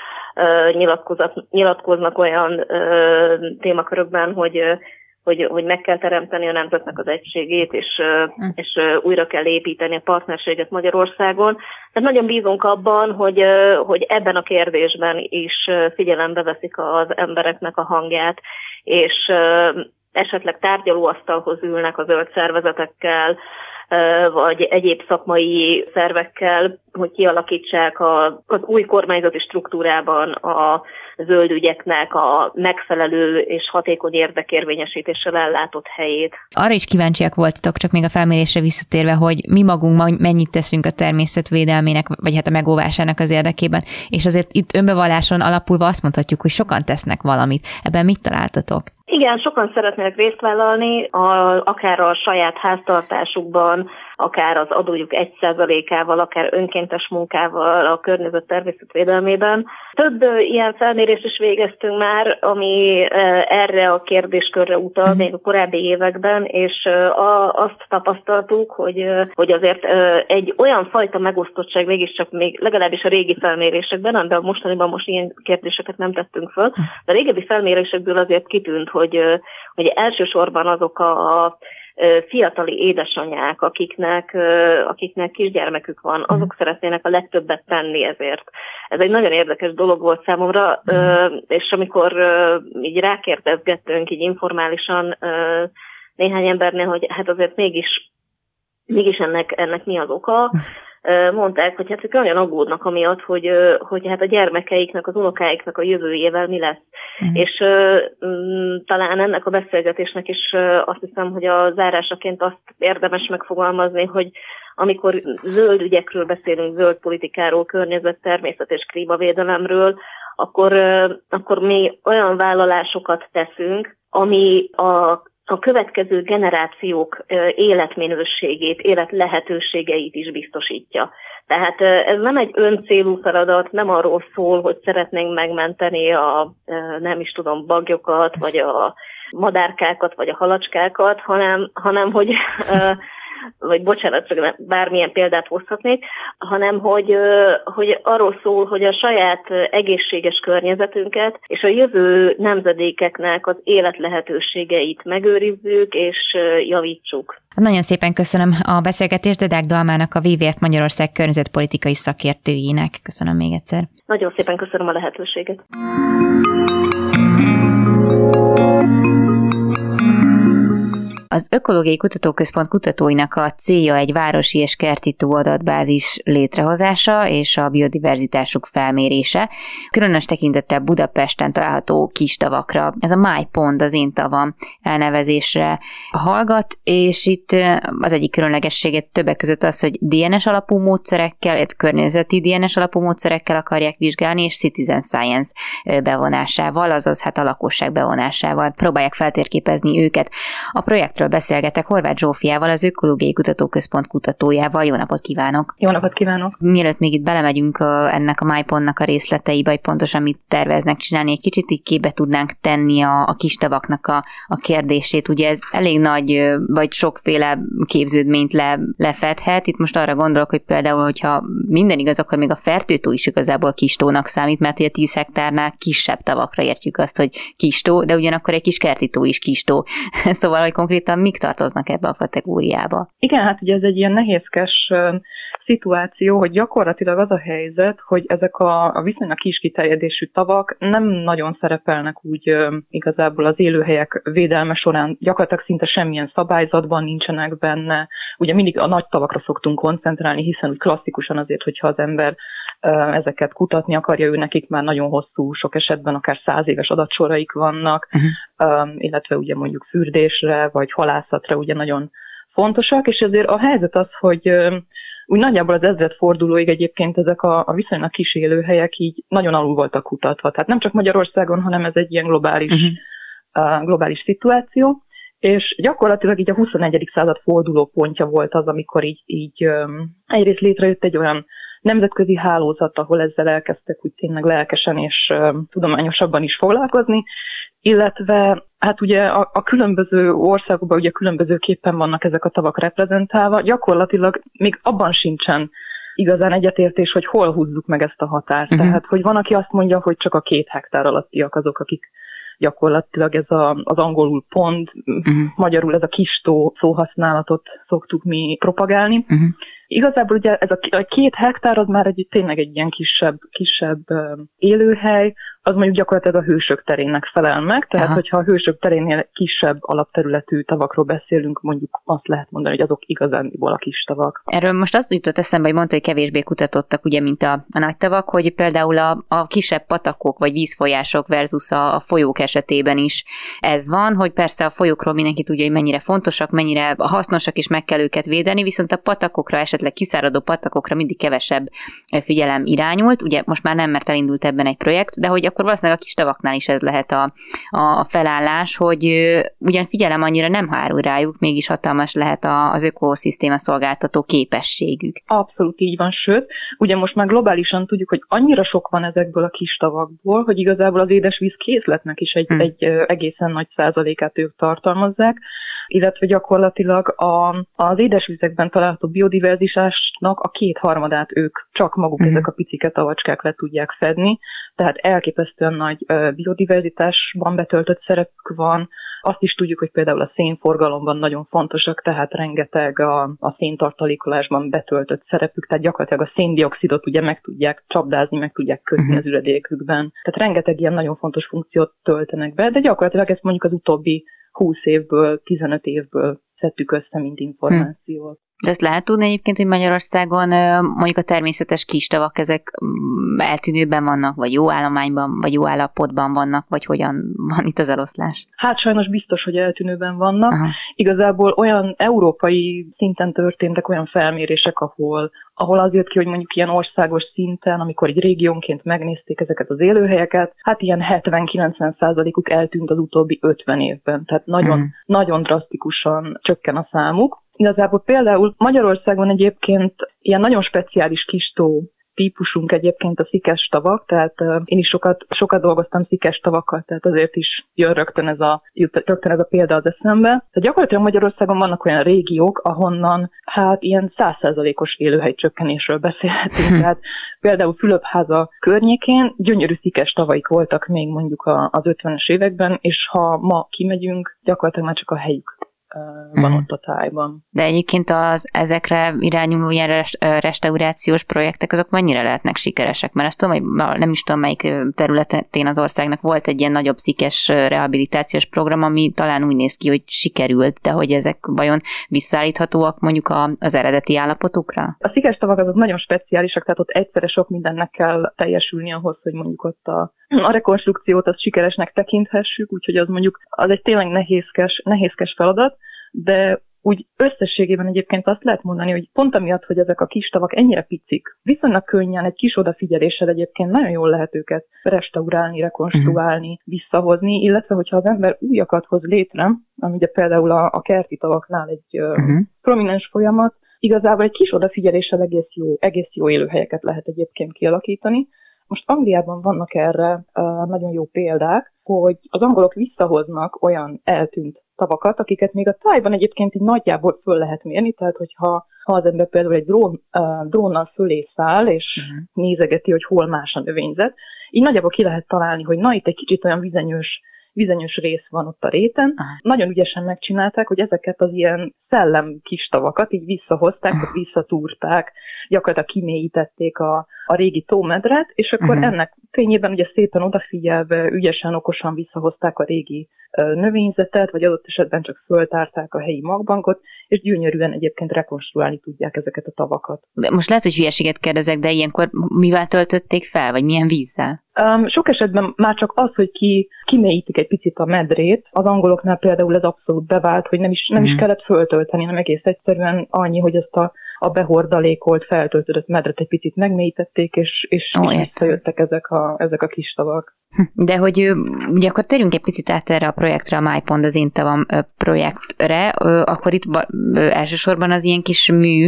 nyilatkoznak olyan témakörökben, hogy meg kell teremteni a nemzetnek az egységét, és újra kell építeni a partnerséget Magyarországon. Tehát nagyon bízunk abban, hogy ebben a kérdésben is figyelembe veszik az embereknek a hangját, és esetleg tárgyalóasztalhoz ülnek a zöld szervezetekkel, vagy egyéb szakmai szervekkel, hogy kialakítsák az új kormányzati struktúrában a zöld ügyeknek a megfelelő és hatékony érdekérvényesítéssel ellátott helyét. Arra is kíváncsiak voltatok, csak még a felmérésre visszatérve, hogy mi magunk mennyit teszünk a természetvédelmének, vagy hát a megóvásának az érdekében, és azért itt önbevalláson alapulva azt mondhatjuk, hogy sokan tesznek valamit. Ebben mit találtatok? Igen, sokan szeretnének részt vállalni, akár a saját háztartásukban országban, akár az adójuk 1%-ával, akár önkéntes munkával a környezet természetvédelmében. Több ilyen felmérést is végeztünk már, ami erre a kérdéskörre utal még a korábbi években, és azt tapasztaltuk, hogy azért egy olyan fajta megosztottság mégiscsak még legalábbis a régi felmérésekben, de mostaniban most ilyen kérdéseket nem tettünk föl, de a régebbi felmérésekből azért kitűnt, hogy elsősorban azok a fiatali édesanyák, akiknek kisgyermekük van, azok szeretnének a legtöbbet tenni ezért. Ez egy nagyon érdekes dolog volt számomra, és amikor így rákérdezgettünk így informálisan néhány embernél, hogy hát azért mégis ennek mi az oka, mondták, hogy hát ők nagyon aggódnak amiatt, hogy hát a gyermekeiknek, az unokáiknak a jövőjével mi lesz. És talán ennek a beszélgetésnek is azt hiszem, hogy a zárásaként azt érdemes megfogalmazni, hogy amikor zöld ügyekről beszélünk, zöld politikáról, környezet, természet és klímavédelemről, akkor mi olyan vállalásokat teszünk, ami a következő generációk életminőségét, életlehetőségeit is biztosítja. Tehát ez nem egy öncélú feladat, nem arról szól, hogy szeretnénk megmenteni a baglyokat, vagy a madárkákat, vagy a halacskákat, hanem hogy vagy bocsánat, csak bármilyen példát hozhatnék, hanem hogy arról szól, hogy a saját egészséges környezetünket és a jövő nemzedékeknek az életlehetőségeit megőrizzük és javítsuk. Nagyon szépen köszönöm a beszélgetést Dedák Dalmának, a WWF Magyarország környezetpolitikai szakértőjének. Köszönöm még egyszer. Nagyon szépen köszönöm a lehetőséget. Az Ökológiai Kutatóközpont kutatóinak a célja egy városi és kerti adatbázis létrehozása és a biodiverzitásuk felmérése. Különös tekintettel Budapesten található kis tavakra. Ez a MyPond, az én tavam elnevezésre hallgat, és itt az egyik különlegességet többek között az, hogy DNS alapú módszerekkel, környezeti DNS alapú módszerekkel akarják vizsgálni, és citizen science bevonásával, azaz hát a lakosság bevonásával próbálják feltérképezni őket. A projektről beszélgetek Horváth Zsófiával, az Ökológiai Kutatóközpont kutatójával. Jó napot kívánok! Jó napot kívánok! Mielőtt még itt belemegyünk ennek a MyPondnak a részleteibe, hogy pontosan mit terveznek csinálni, egy kicsit így képbe tudnánk tenni a kis tavaknak a kérdését. Ugye ez elég nagy, vagy sokféle képződményt lefedhet. Itt most arra gondolok, hogy például, hogyha minden igaz, akkor még a fertőtó is igazából kis tónak számít, mert ugye 10 hektárnál kisebb tavakra értjük azt, hogy kis tó, de ugyanakkor egy kis kerti tó is kis tó. Szóval, hogy konkrétan mik tartoznak ebbe a kategóriába? Igen, hát ugye ez egy ilyen nehézkes szituáció, hogy gyakorlatilag az a helyzet, hogy ezek a viszonylag kis kiterjedésű tavak nem nagyon szerepelnek úgy igazából az élőhelyek védelme során, gyakorlatilag szinte semmilyen szabályzatban nincsenek benne. Ugye mindig a nagy tavakra szoktunk koncentrálni, hiszen úgy klasszikusan azért, hogyha az ember ezeket kutatni akarja, ő nekik már nagyon hosszú, sok esetben akár 100 éves adatsoraik vannak, illetve ugye mondjuk fürdésre vagy halászatra ugye nagyon fontosak, és ezért a helyzet az, hogy úgy nagyjából az ezredfordulóig egyébként ezek a viszonylag kis élőhelyek így nagyon alul voltak kutatva. Tehát nem csak Magyarországon, hanem ez egy ilyen globális szituáció, és gyakorlatilag így a 21. század fordulópontja volt az, amikor így egyrészt létrejött egy olyan nemzetközi hálózat, ahol ezzel elkezdtek úgy tényleg lelkesen és tudományosabban is foglalkozni, illetve hát ugye a különböző országokban ugye különbözőképpen vannak ezek a tavak reprezentálva, gyakorlatilag még abban sincsen igazán egyetértés, hogy hol húzzuk meg ezt a határt. Tehát, hogy van, aki azt mondja, hogy csak a 2 hektár alattiak azok, akik gyakorlatilag ez az angolul pond, magyarul ez a kis tó szóhasználatot szoktuk mi propagálni. Igazából ugye ez a 2 hektár az már tényleg egy ilyen kisebb élőhely, az mondjuk gyakorlatilag a hősök terének felel meg, tehát hogyha a hősök terénél kisebb alapterületű tavakról beszélünk, mondjuk azt lehet mondani, hogy azok igazándiból a kis tavak. Erről most azt jutott eszembe, hogy mondta, hogy kevésbé kutatottak, ugye, mint a nagy tavak, hogy például a kisebb patakok vagy vízfolyások versus a folyók esetében is ez van, hogy persze a folyókról mindenki tudja, hogy mennyire fontosak, mennyire hasznosak, és meg kell őket védeni, viszont a patakokra, esetleg kiszáradó patakokra mindig kevesebb figyelem irányult. Ugye most már nem, mert elindult ebben egy projekt, de hogy a akkor valószínűleg a kis tavaknál is ez lehet a felállás, hogy ugyan figyelem annyira nem hárul rájuk, mégis hatalmas lehet az ökoszisztéma szolgáltató képességük. Abszolút így van, sőt, ugye most már globálisan tudjuk, hogy annyira sok van ezekből a kis tavakból, hogy igazából az édesvíz készletnek is egy egészen nagy százalékát ők tartalmazzák, illetve gyakorlatilag az édesvizekben található biodiverzitásnak a 2/3 ők csak maguk ezek a picike tavacskák le tudják fedni, tehát elképesztően nagy biodiverzitásban betöltött szerepük van. Azt is tudjuk, hogy például a szénforgalomban nagyon fontosak, tehát rengeteg a széntartalékolásban betöltött szerepük, tehát gyakorlatilag a széndioxidot ugye meg tudják csapdázni, meg tudják kötni az üledékükben. Tehát rengeteg ilyen nagyon fontos funkciót töltenek be, de gyakorlatilag ezt mondjuk az utóbbi 20 évből, 15 évből szedtük össze, mint információt. De ezt lehet tudni egyébként, hogy Magyarországon mondjuk a természetes kistavak ezek eltűnőben vannak, vagy jó állományban, vagy jó állapotban vannak, vagy hogyan van itt az eloszlás? Hát sajnos biztos, hogy eltűnőben vannak. Aha. Igazából olyan európai szinten történtek olyan felmérések, ahol az jött ki, hogy mondjuk ilyen országos szinten, amikor egy régiónként megnézték ezeket az élőhelyeket, hát ilyen 70-90%-uk eltűnt az utóbbi 50 évben. Tehát nagyon drasztikusan csökken a számuk. Igazából például Magyarországon egyébként ilyen nagyon speciális kistó típusunk egyébként a szikes tavak, tehát én is sokat dolgoztam szikes tavakkal, tehát azért is jön rögtön ez a példa az eszembe. Tehát gyakorlatilag Magyarországon vannak olyan régiók, ahonnan hát ilyen 100%-os élőhelycsökkenésről beszélhetünk. Tehát például Fülöpháza környékén gyönyörű szikes tavaik voltak még mondjuk az 50-es években, és ha ma kimegyünk, gyakorlatilag már csak a helyük van ott a tájban. De egyébként ezekre irányuló ilyen restaurációs projektek, azok mennyire lehetnek sikeresek? Mert azt tudom, hogy nem is tudom, melyik területén az országnak volt egy ilyen nagyobb szikes rehabilitációs program, ami talán úgy néz ki, hogy sikerült, de hogy ezek vajon visszaállíthatóak mondjuk az eredeti állapotukra? A szikes tavak azok nagyon speciálisak, tehát ott egyszerre sok mindennek kell teljesülni ahhoz, hogy mondjuk ott a rekonstrukciót azt sikeresnek tekinthessük, úgyhogy az mondjuk az egy tényleg nehézkes feladat, de úgy összességében egyébként azt lehet mondani, hogy pont amiatt, hogy ezek a kis tavak ennyire picik, viszonylag könnyen egy kis odafigyeléssel egyébként nagyon jól lehet őket restaurálni, rekonstruálni, visszahozni, illetve hogyha az ember újakat hoz létre, ami ugye például a kerti tavaknál egy prominens folyamat, igazából egy kis odafigyeléssel egész jó élőhelyeket lehet egyébként kialakítani. Most Angliában vannak erre nagyon jó példák, hogy az angolok visszahoznak olyan eltűnt tavakat, akiket még a tájban egyébként így nagyjából föl lehet mérni, tehát hogyha az ember például egy drónnal fölé száll, és nézegeti, hogy hol más a növényzet, így nagyjából ki lehet találni, hogy na itt egy kicsit olyan vizonyos rész van ott a réten. Nagyon ügyesen megcsinálták, hogy ezeket az ilyen szellem kis tavakat így visszahozták, visszatúrták, gyakorlatilag kimélyítették a régi tómedret, és akkor ennek fényében ugye szépen odafigyelve, ügyesen, okosan visszahozták a régi növényzetet, vagy adott esetben csak föltárták a helyi magbankot, és gyönyörűen egyébként rekonstruálni tudják ezeket a tavakat. De most lehet, hogy hülyeséget kérdezek, de ilyenkor mivel töltötték fel, vagy milyen vízzel? Sok esetben már csak az, hogy kimélyítik egy picit a medrét, az angoloknál például ez abszolút bevált, hogy nem is kellett föltölteni, hanem egész egyszerűen annyi, hogy ezt a behordalékolt, feltöltődött medret egy picit megmélyítették, és visszajöttek ezek a kis tavak. De hogy ugye akkor térjünk egy picit át erre a projektre, a Májpont, az Én Tavam projektre, akkor itt elsősorban az ilyen kis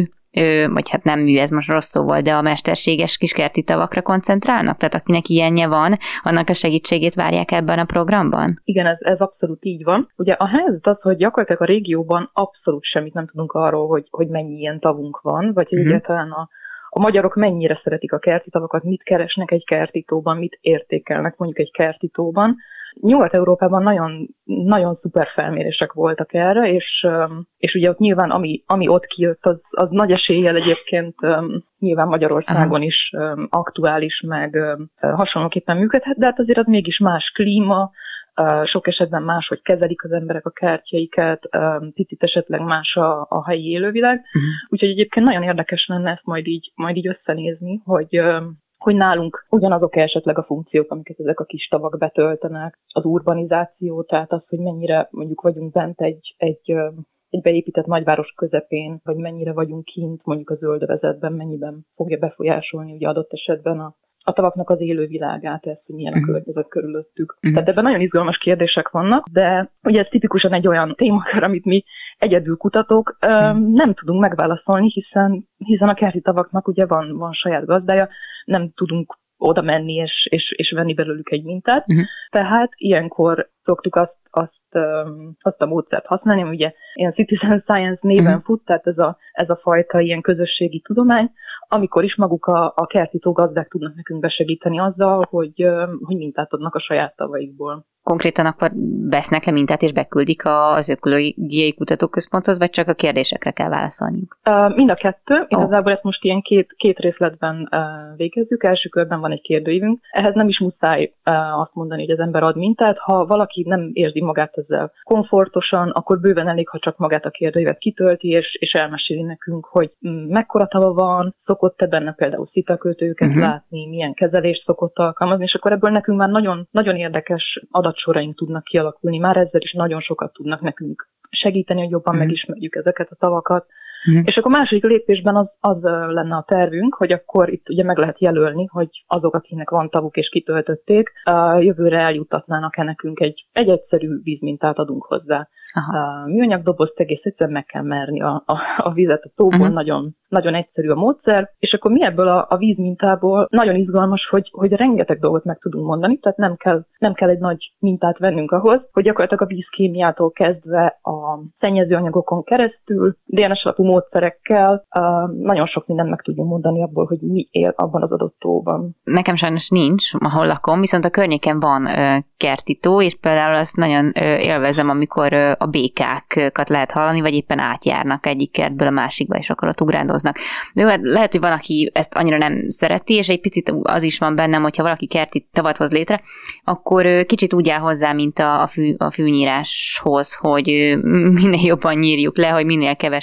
vagy hát nem mű, ez most rossz szó volt, de a mesterséges kiskerti tavakra koncentrálnak? Tehát akinek ilyenje van, annak a segítségét várják ebben a programban? Igen, ez abszolút így van. Ugye a helyzet az, hogy gyakorlatilag a régióban abszolút semmit nem tudunk arról, hogy mennyi ilyen tavunk van, vagy hogy egyáltalán a magyarok mennyire szeretik a kerti tavakat, mit keresnek egy kerti tóban, mit értékelnek mondjuk egy kerti tóban. Nyugat-Európában nagyon, nagyon szuper felmérések voltak erre, és ugye ott nyilván, ami ott kijött, az nagy eséllyel egyébként nyilván Magyarországon is aktuális, meg hasonlóképpen működhet, de hát azért az mégis más klíma, sok esetben máshogy kezelik az emberek a kertjeiket, picit esetleg más a helyi élővilág. Úgyhogy egyébként nagyon érdekes lenne ezt majd így összenézni, hogy nálunk ugyanazok esetleg a funkciók, amiket ezek a kis tavak betöltenek, az urbanizáció, tehát az, hogy mennyire mondjuk vagyunk bent egy beépített nagyváros közepén, vagy mennyire vagyunk kint mondjuk a zöldövezetben, mennyiben fogja befolyásolni ugye adott esetben a tavaknak az élővilágát, ezt, hogy milyen a környezet körülöttük. Tehát ebben nagyon izgalmas kérdések vannak, de ugye ez tipikusan egy olyan témakör, amit mi egyedül kutatók nem tudunk megválaszolni, hiszen a kerti tavaknak ugye van saját gazdája, nem tudunk oda menni és venni belőlük egy mintát. Tehát ilyenkor szoktuk azt a módszert használni, ami ugye ilyen citizen science néven fut, tehát ez a fajta ilyen közösségi tudomány, amikor is maguk a kertító gazdák tudnak nekünk besegíteni azzal, hogy mintát adnak a saját tavaikból. Konkrétan akkor vesznek le mintát és beküldik az Ökológiai Kutatóközponthoz, vagy csak a kérdésekre kell válaszolniuk? Mind a kettő. Igazából ezt most ilyen két részletben végezzük. Első körben van egy kérdőívünk. Ehhez nem is muszáj azt mondani, hogy az ember ad mintát. Ha valaki nem érzi magát ezzel komfortosan, akkor bőven elég, ha csak magát a kérdőívet kitölti, és elmeséli nekünk, hogy mekkora tava van, szokott-e benne például szitakötőket látni, milyen kezelést szokott alkalmazni, és akkor ebből nekünk már nagyon, nagyon érdekes adatsoraink tudnak kialakulni. Már ezzel is nagyon sokat tudnak nekünk segíteni, hogy jobban megismerjük ezeket a tavakat. És akkor a második lépésben az lenne a tervünk, hogy akkor itt ugye meg lehet jelölni, hogy azok, akiknek van tavuk és kitöltötték, jövőre eljuttatnának-e nekünk egy egyszerű vízmintát adunk hozzá. Műanyag dobozt egész egyszerűen meg kell merni a vizet a tóból, nagyon, nagyon egyszerű a módszer, és akkor mi ebből a vízmintából nagyon izgalmas, hogy rengeteg dolgot meg tudunk mondani, tehát nem kell egy nagy mintát vennünk ahhoz, hogy gyakorlatilag a vízkémiától kezdve a szennyezőanyagokon keresztül, DNS alapú módszerekkel nagyon sok mindent meg tudjunk mondani abból, hogy mi él abban az adott tóban. Nekem sajnos nincs, ahol lakom, viszont a környéken van kertító, és például azt nagyon élvezem, amikor a békákat lehet hallani, vagy éppen átjárnak egyik kertből a másikba, és akkor ott ugrándoznak. De jó, hát lehet, hogy van, aki ezt annyira nem szereti, és egy picit az is van bennem, hogyha valaki kerti tavat hoz létre, akkor kicsit úgy áll hozzá, mint a fűnyíráshoz, hogy minél jobban nyírjuk le, hogy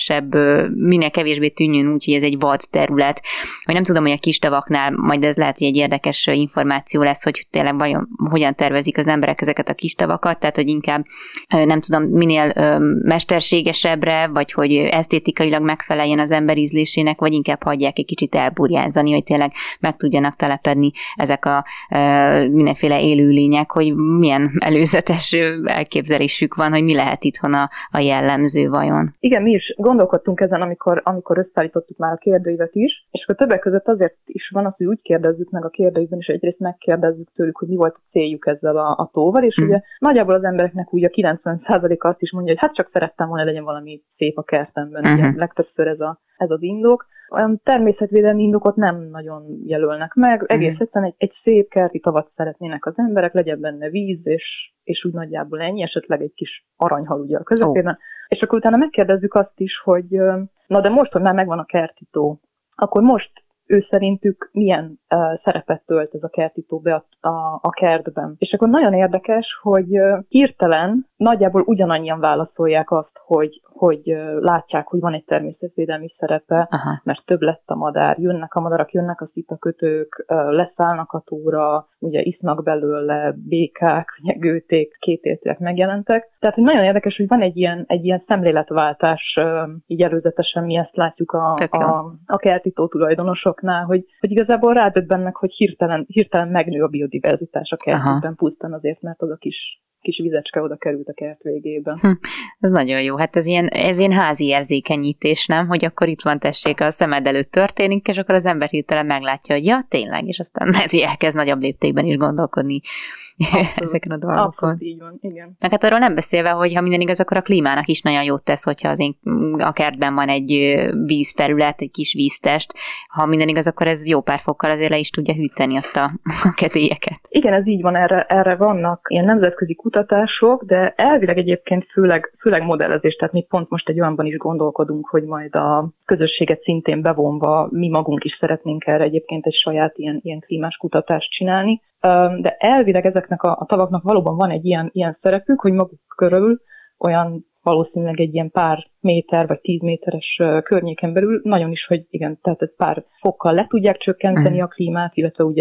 minél kevésbé tűnjön úgy, hogy ez egy vad terület. Vagy nem tudom, hogy a kis tavaknál, majd ez lehet, hogy egy érdekes információ lesz, hogy tényleg hogyan tervezik az emberek ezeket a kis tavakat, tehát, hogy inkább nem tudom, minél mesterségesebbre, vagy hogy esztétikailag megfeleljen az ember ízlésének, vagy inkább hagyják egy kicsit elburjánzani, hogy tényleg meg tudjanak telepedni ezek a mindenféle élőlények, hogy milyen előzetes elképzelésük van, hogy mi lehet itthon a jellemző vajon. Igen, mi is gondolkodtunk ezen, amikor összeállítottuk már a kérdőívet is, és akkor többek között azért is van az, hogy úgy kérdezzük meg a kérdőívben, és egyrészt megkérdezzük tőlük, hogy mi volt a céljuk ezzel a tóval, és ugye nagyjából az embereknek úgy a 90%-a azt is mondja, hogy hát csak szerettem volna, legyen valami szép a kertemben, ugye legtöbbször ez az indok. Olyan természetvédelmi indokot nem nagyon jelölnek meg, egész egyszerűen egy szép kerti tavat szeretnének az emberek, legyen benne víz, és úgy nagyjából ennyi, esetleg egy kis aranyhal ugye a közepében. És akkor utána megkérdezzük azt is, hogy na de most, hogy már megvan a kertító, akkor most ő szerintük milyen szerepet tölt ez a kertító be a kertben. És akkor nagyon érdekes, hogy hirtelen nagyjából ugyanannyian válaszolják azt, hogy látják, hogy van egy természetvédelmi szerepe, mert több lett a madár, jönnek a madarak, jönnek a szitakötők, leszállnak a tóra, ugye isznak belőle, békák, ugye gőték, kétéltőek megjelentek. Tehát hogy nagyon érdekes, hogy van egy ilyen szemléletváltás, így előzetesen mi ezt látjuk a kertító tulajdonosoknál, hogy igazából rádöbbennek, hogy hirtelen megnő a biodiverzitás a kertben, pusztán azért, mert az a kis vizecske oda került a kert végében. Ez nagyon jó. Hát ez ilyen házi érzékenyítés, nem? Hogy akkor itt van, tessék, a szemed előtt történik, és akkor az ember hirtelen meglátja, hogy ja, tényleg, és aztán lehet, hogy elkezd nagyobb léptékben is gondolkodni ezeken a dolgokon. Abszolút így van, igen. Meg hát arról nem beszélve, hogy ha minden igaz, akkor a klímának is nagyon jót tesz, hogyha a kertben van egy vízterület, egy kis víztest. Ha minden igaz, akkor ez jó pár fokkal azért le is tudja hűteni ott a kedélyeket. Igen, ez így van, erre vannak ilyen nemzetközi kutatások, de elvileg egyébként főleg modellezés, tehát mi pont most egy olyanban is gondolkodunk, hogy majd a közösséget szintén bevonva mi magunk is szeretnénk erre egyébként egy saját ilyen klímás kutatást csinálni. De elvileg ezeknek a tavaknak valóban van egy ilyen szerepük, hogy maguk körül olyan valószínűleg egy ilyen pár méter vagy 10 méteres környéken belül nagyon is, hogy igen, tehát ez pár fokkal le tudják csökkenteni a klímát, illetve ugye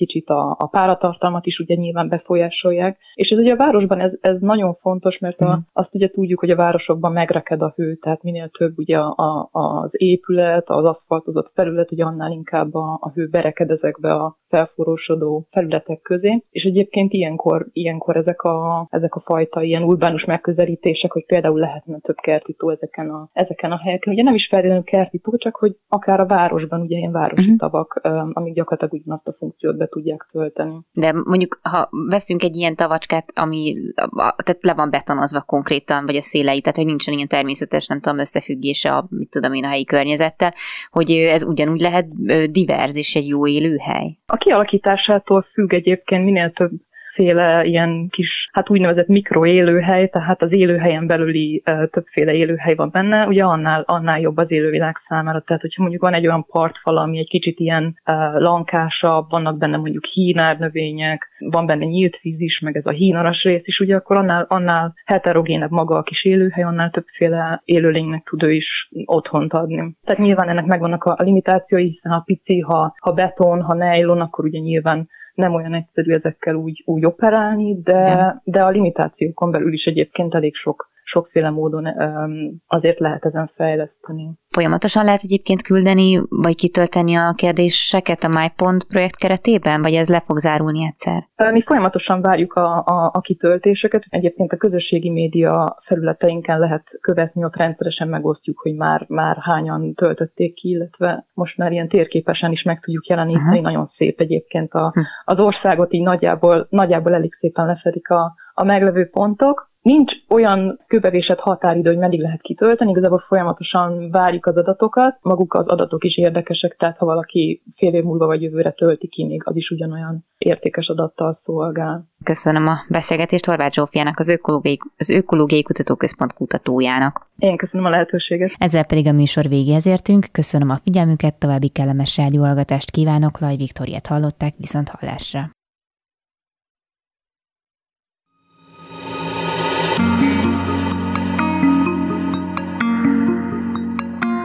kicsit a páratartalmat is ugye nyilván befolyásolják. És ez ugye a városban ez nagyon fontos, mert azt ugye tudjuk, hogy a városokban megreked a hő, tehát minél több ugye az épület, az aszfaltozott felület, ugye annál inkább a hő bereked ezekbe a felforrósodó felületek közé. És egyébként ilyenkor ezek a fajta ilyen urbánus megközelítések, hogy például lehetne több kertító ezeken a helyeken. Ugye nem is feltétlenül kertító, csak hogy akár a városban ugye ilyen városi tavak, amik gyakorlatilag ugyanazt a funkciót be tudják tölteni. De mondjuk, ha veszünk egy ilyen tavacskát, ami tehát le van betonozva konkrétan, vagy a szélei, tehát hogy nincsen ilyen természetes, nem tudom, összefüggése a helyi környezettel, hogy ez ugyanúgy lehet diverz és egy jó élőhely. A kialakításától függ egyébként minél többféle ilyen kis, úgynevezett mikroélőhely, tehát az élőhelyen belüli többféle élőhely van benne, ugye annál jobb az élővilág számára. Tehát, hogyha mondjuk van egy olyan partfal, ami egy kicsit ilyen lankásabb, vannak benne mondjuk hínárnövények, van benne nyílt víz is, meg ez a hínaras rész is, ugye akkor annál heterogénebb maga a kis élőhely, annál többféle élőlénynek tud ő is otthont adni. Tehát nyilván ennek megvannak a limitációi, hiszen ha pici, ha beton, ha nejlon, akkor ugye nyilván nem olyan egyszerű ezekkel úgy operálni, de a limitációkon belül is egyébként elég sokféle módon azért lehet ezen fejleszteni. Folyamatosan lehet egyébként küldeni, vagy kitölteni a kérdéseket a MyPont projekt keretében, vagy ez le fog zárulni egyszer? Mi folyamatosan várjuk a kitöltéseket. Egyébként a közösségi média felületeinken lehet követni, ott rendszeresen megosztjuk, hogy már hányan töltötték ki, illetve most már ilyen térképesen is meg tudjuk jeleníteni. Nagyon szép egyébként az országot, így nagyjából elég szépen lefedik a meglevő pontok. Nincs olyan kőbevésett határidő, hogy meddig lehet kitölteni, igazából folyamatosan várjuk az adatokat, maguk az adatok is érdekesek, tehát ha valaki fél év múlva vagy jövőre tölti ki, még az is ugyanolyan értékes adattal szolgál. Köszönöm a beszélgetést Horváth Zsófiának, az Ökológiai Kutatóközpont kutatójának. Én köszönöm a lehetőséget. Ezzel pedig a műsor végéhez értünk. Köszönöm a figyelmüket, további kellemes rádióhallgatást kívánok. Laj Viktóriát hallották, viszont hallásra.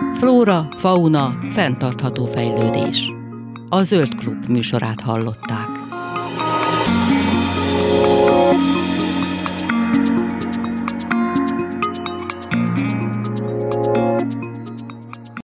Flóra, fauna, fenntartható fejlődés. A Zöld Klub műsorát hallották.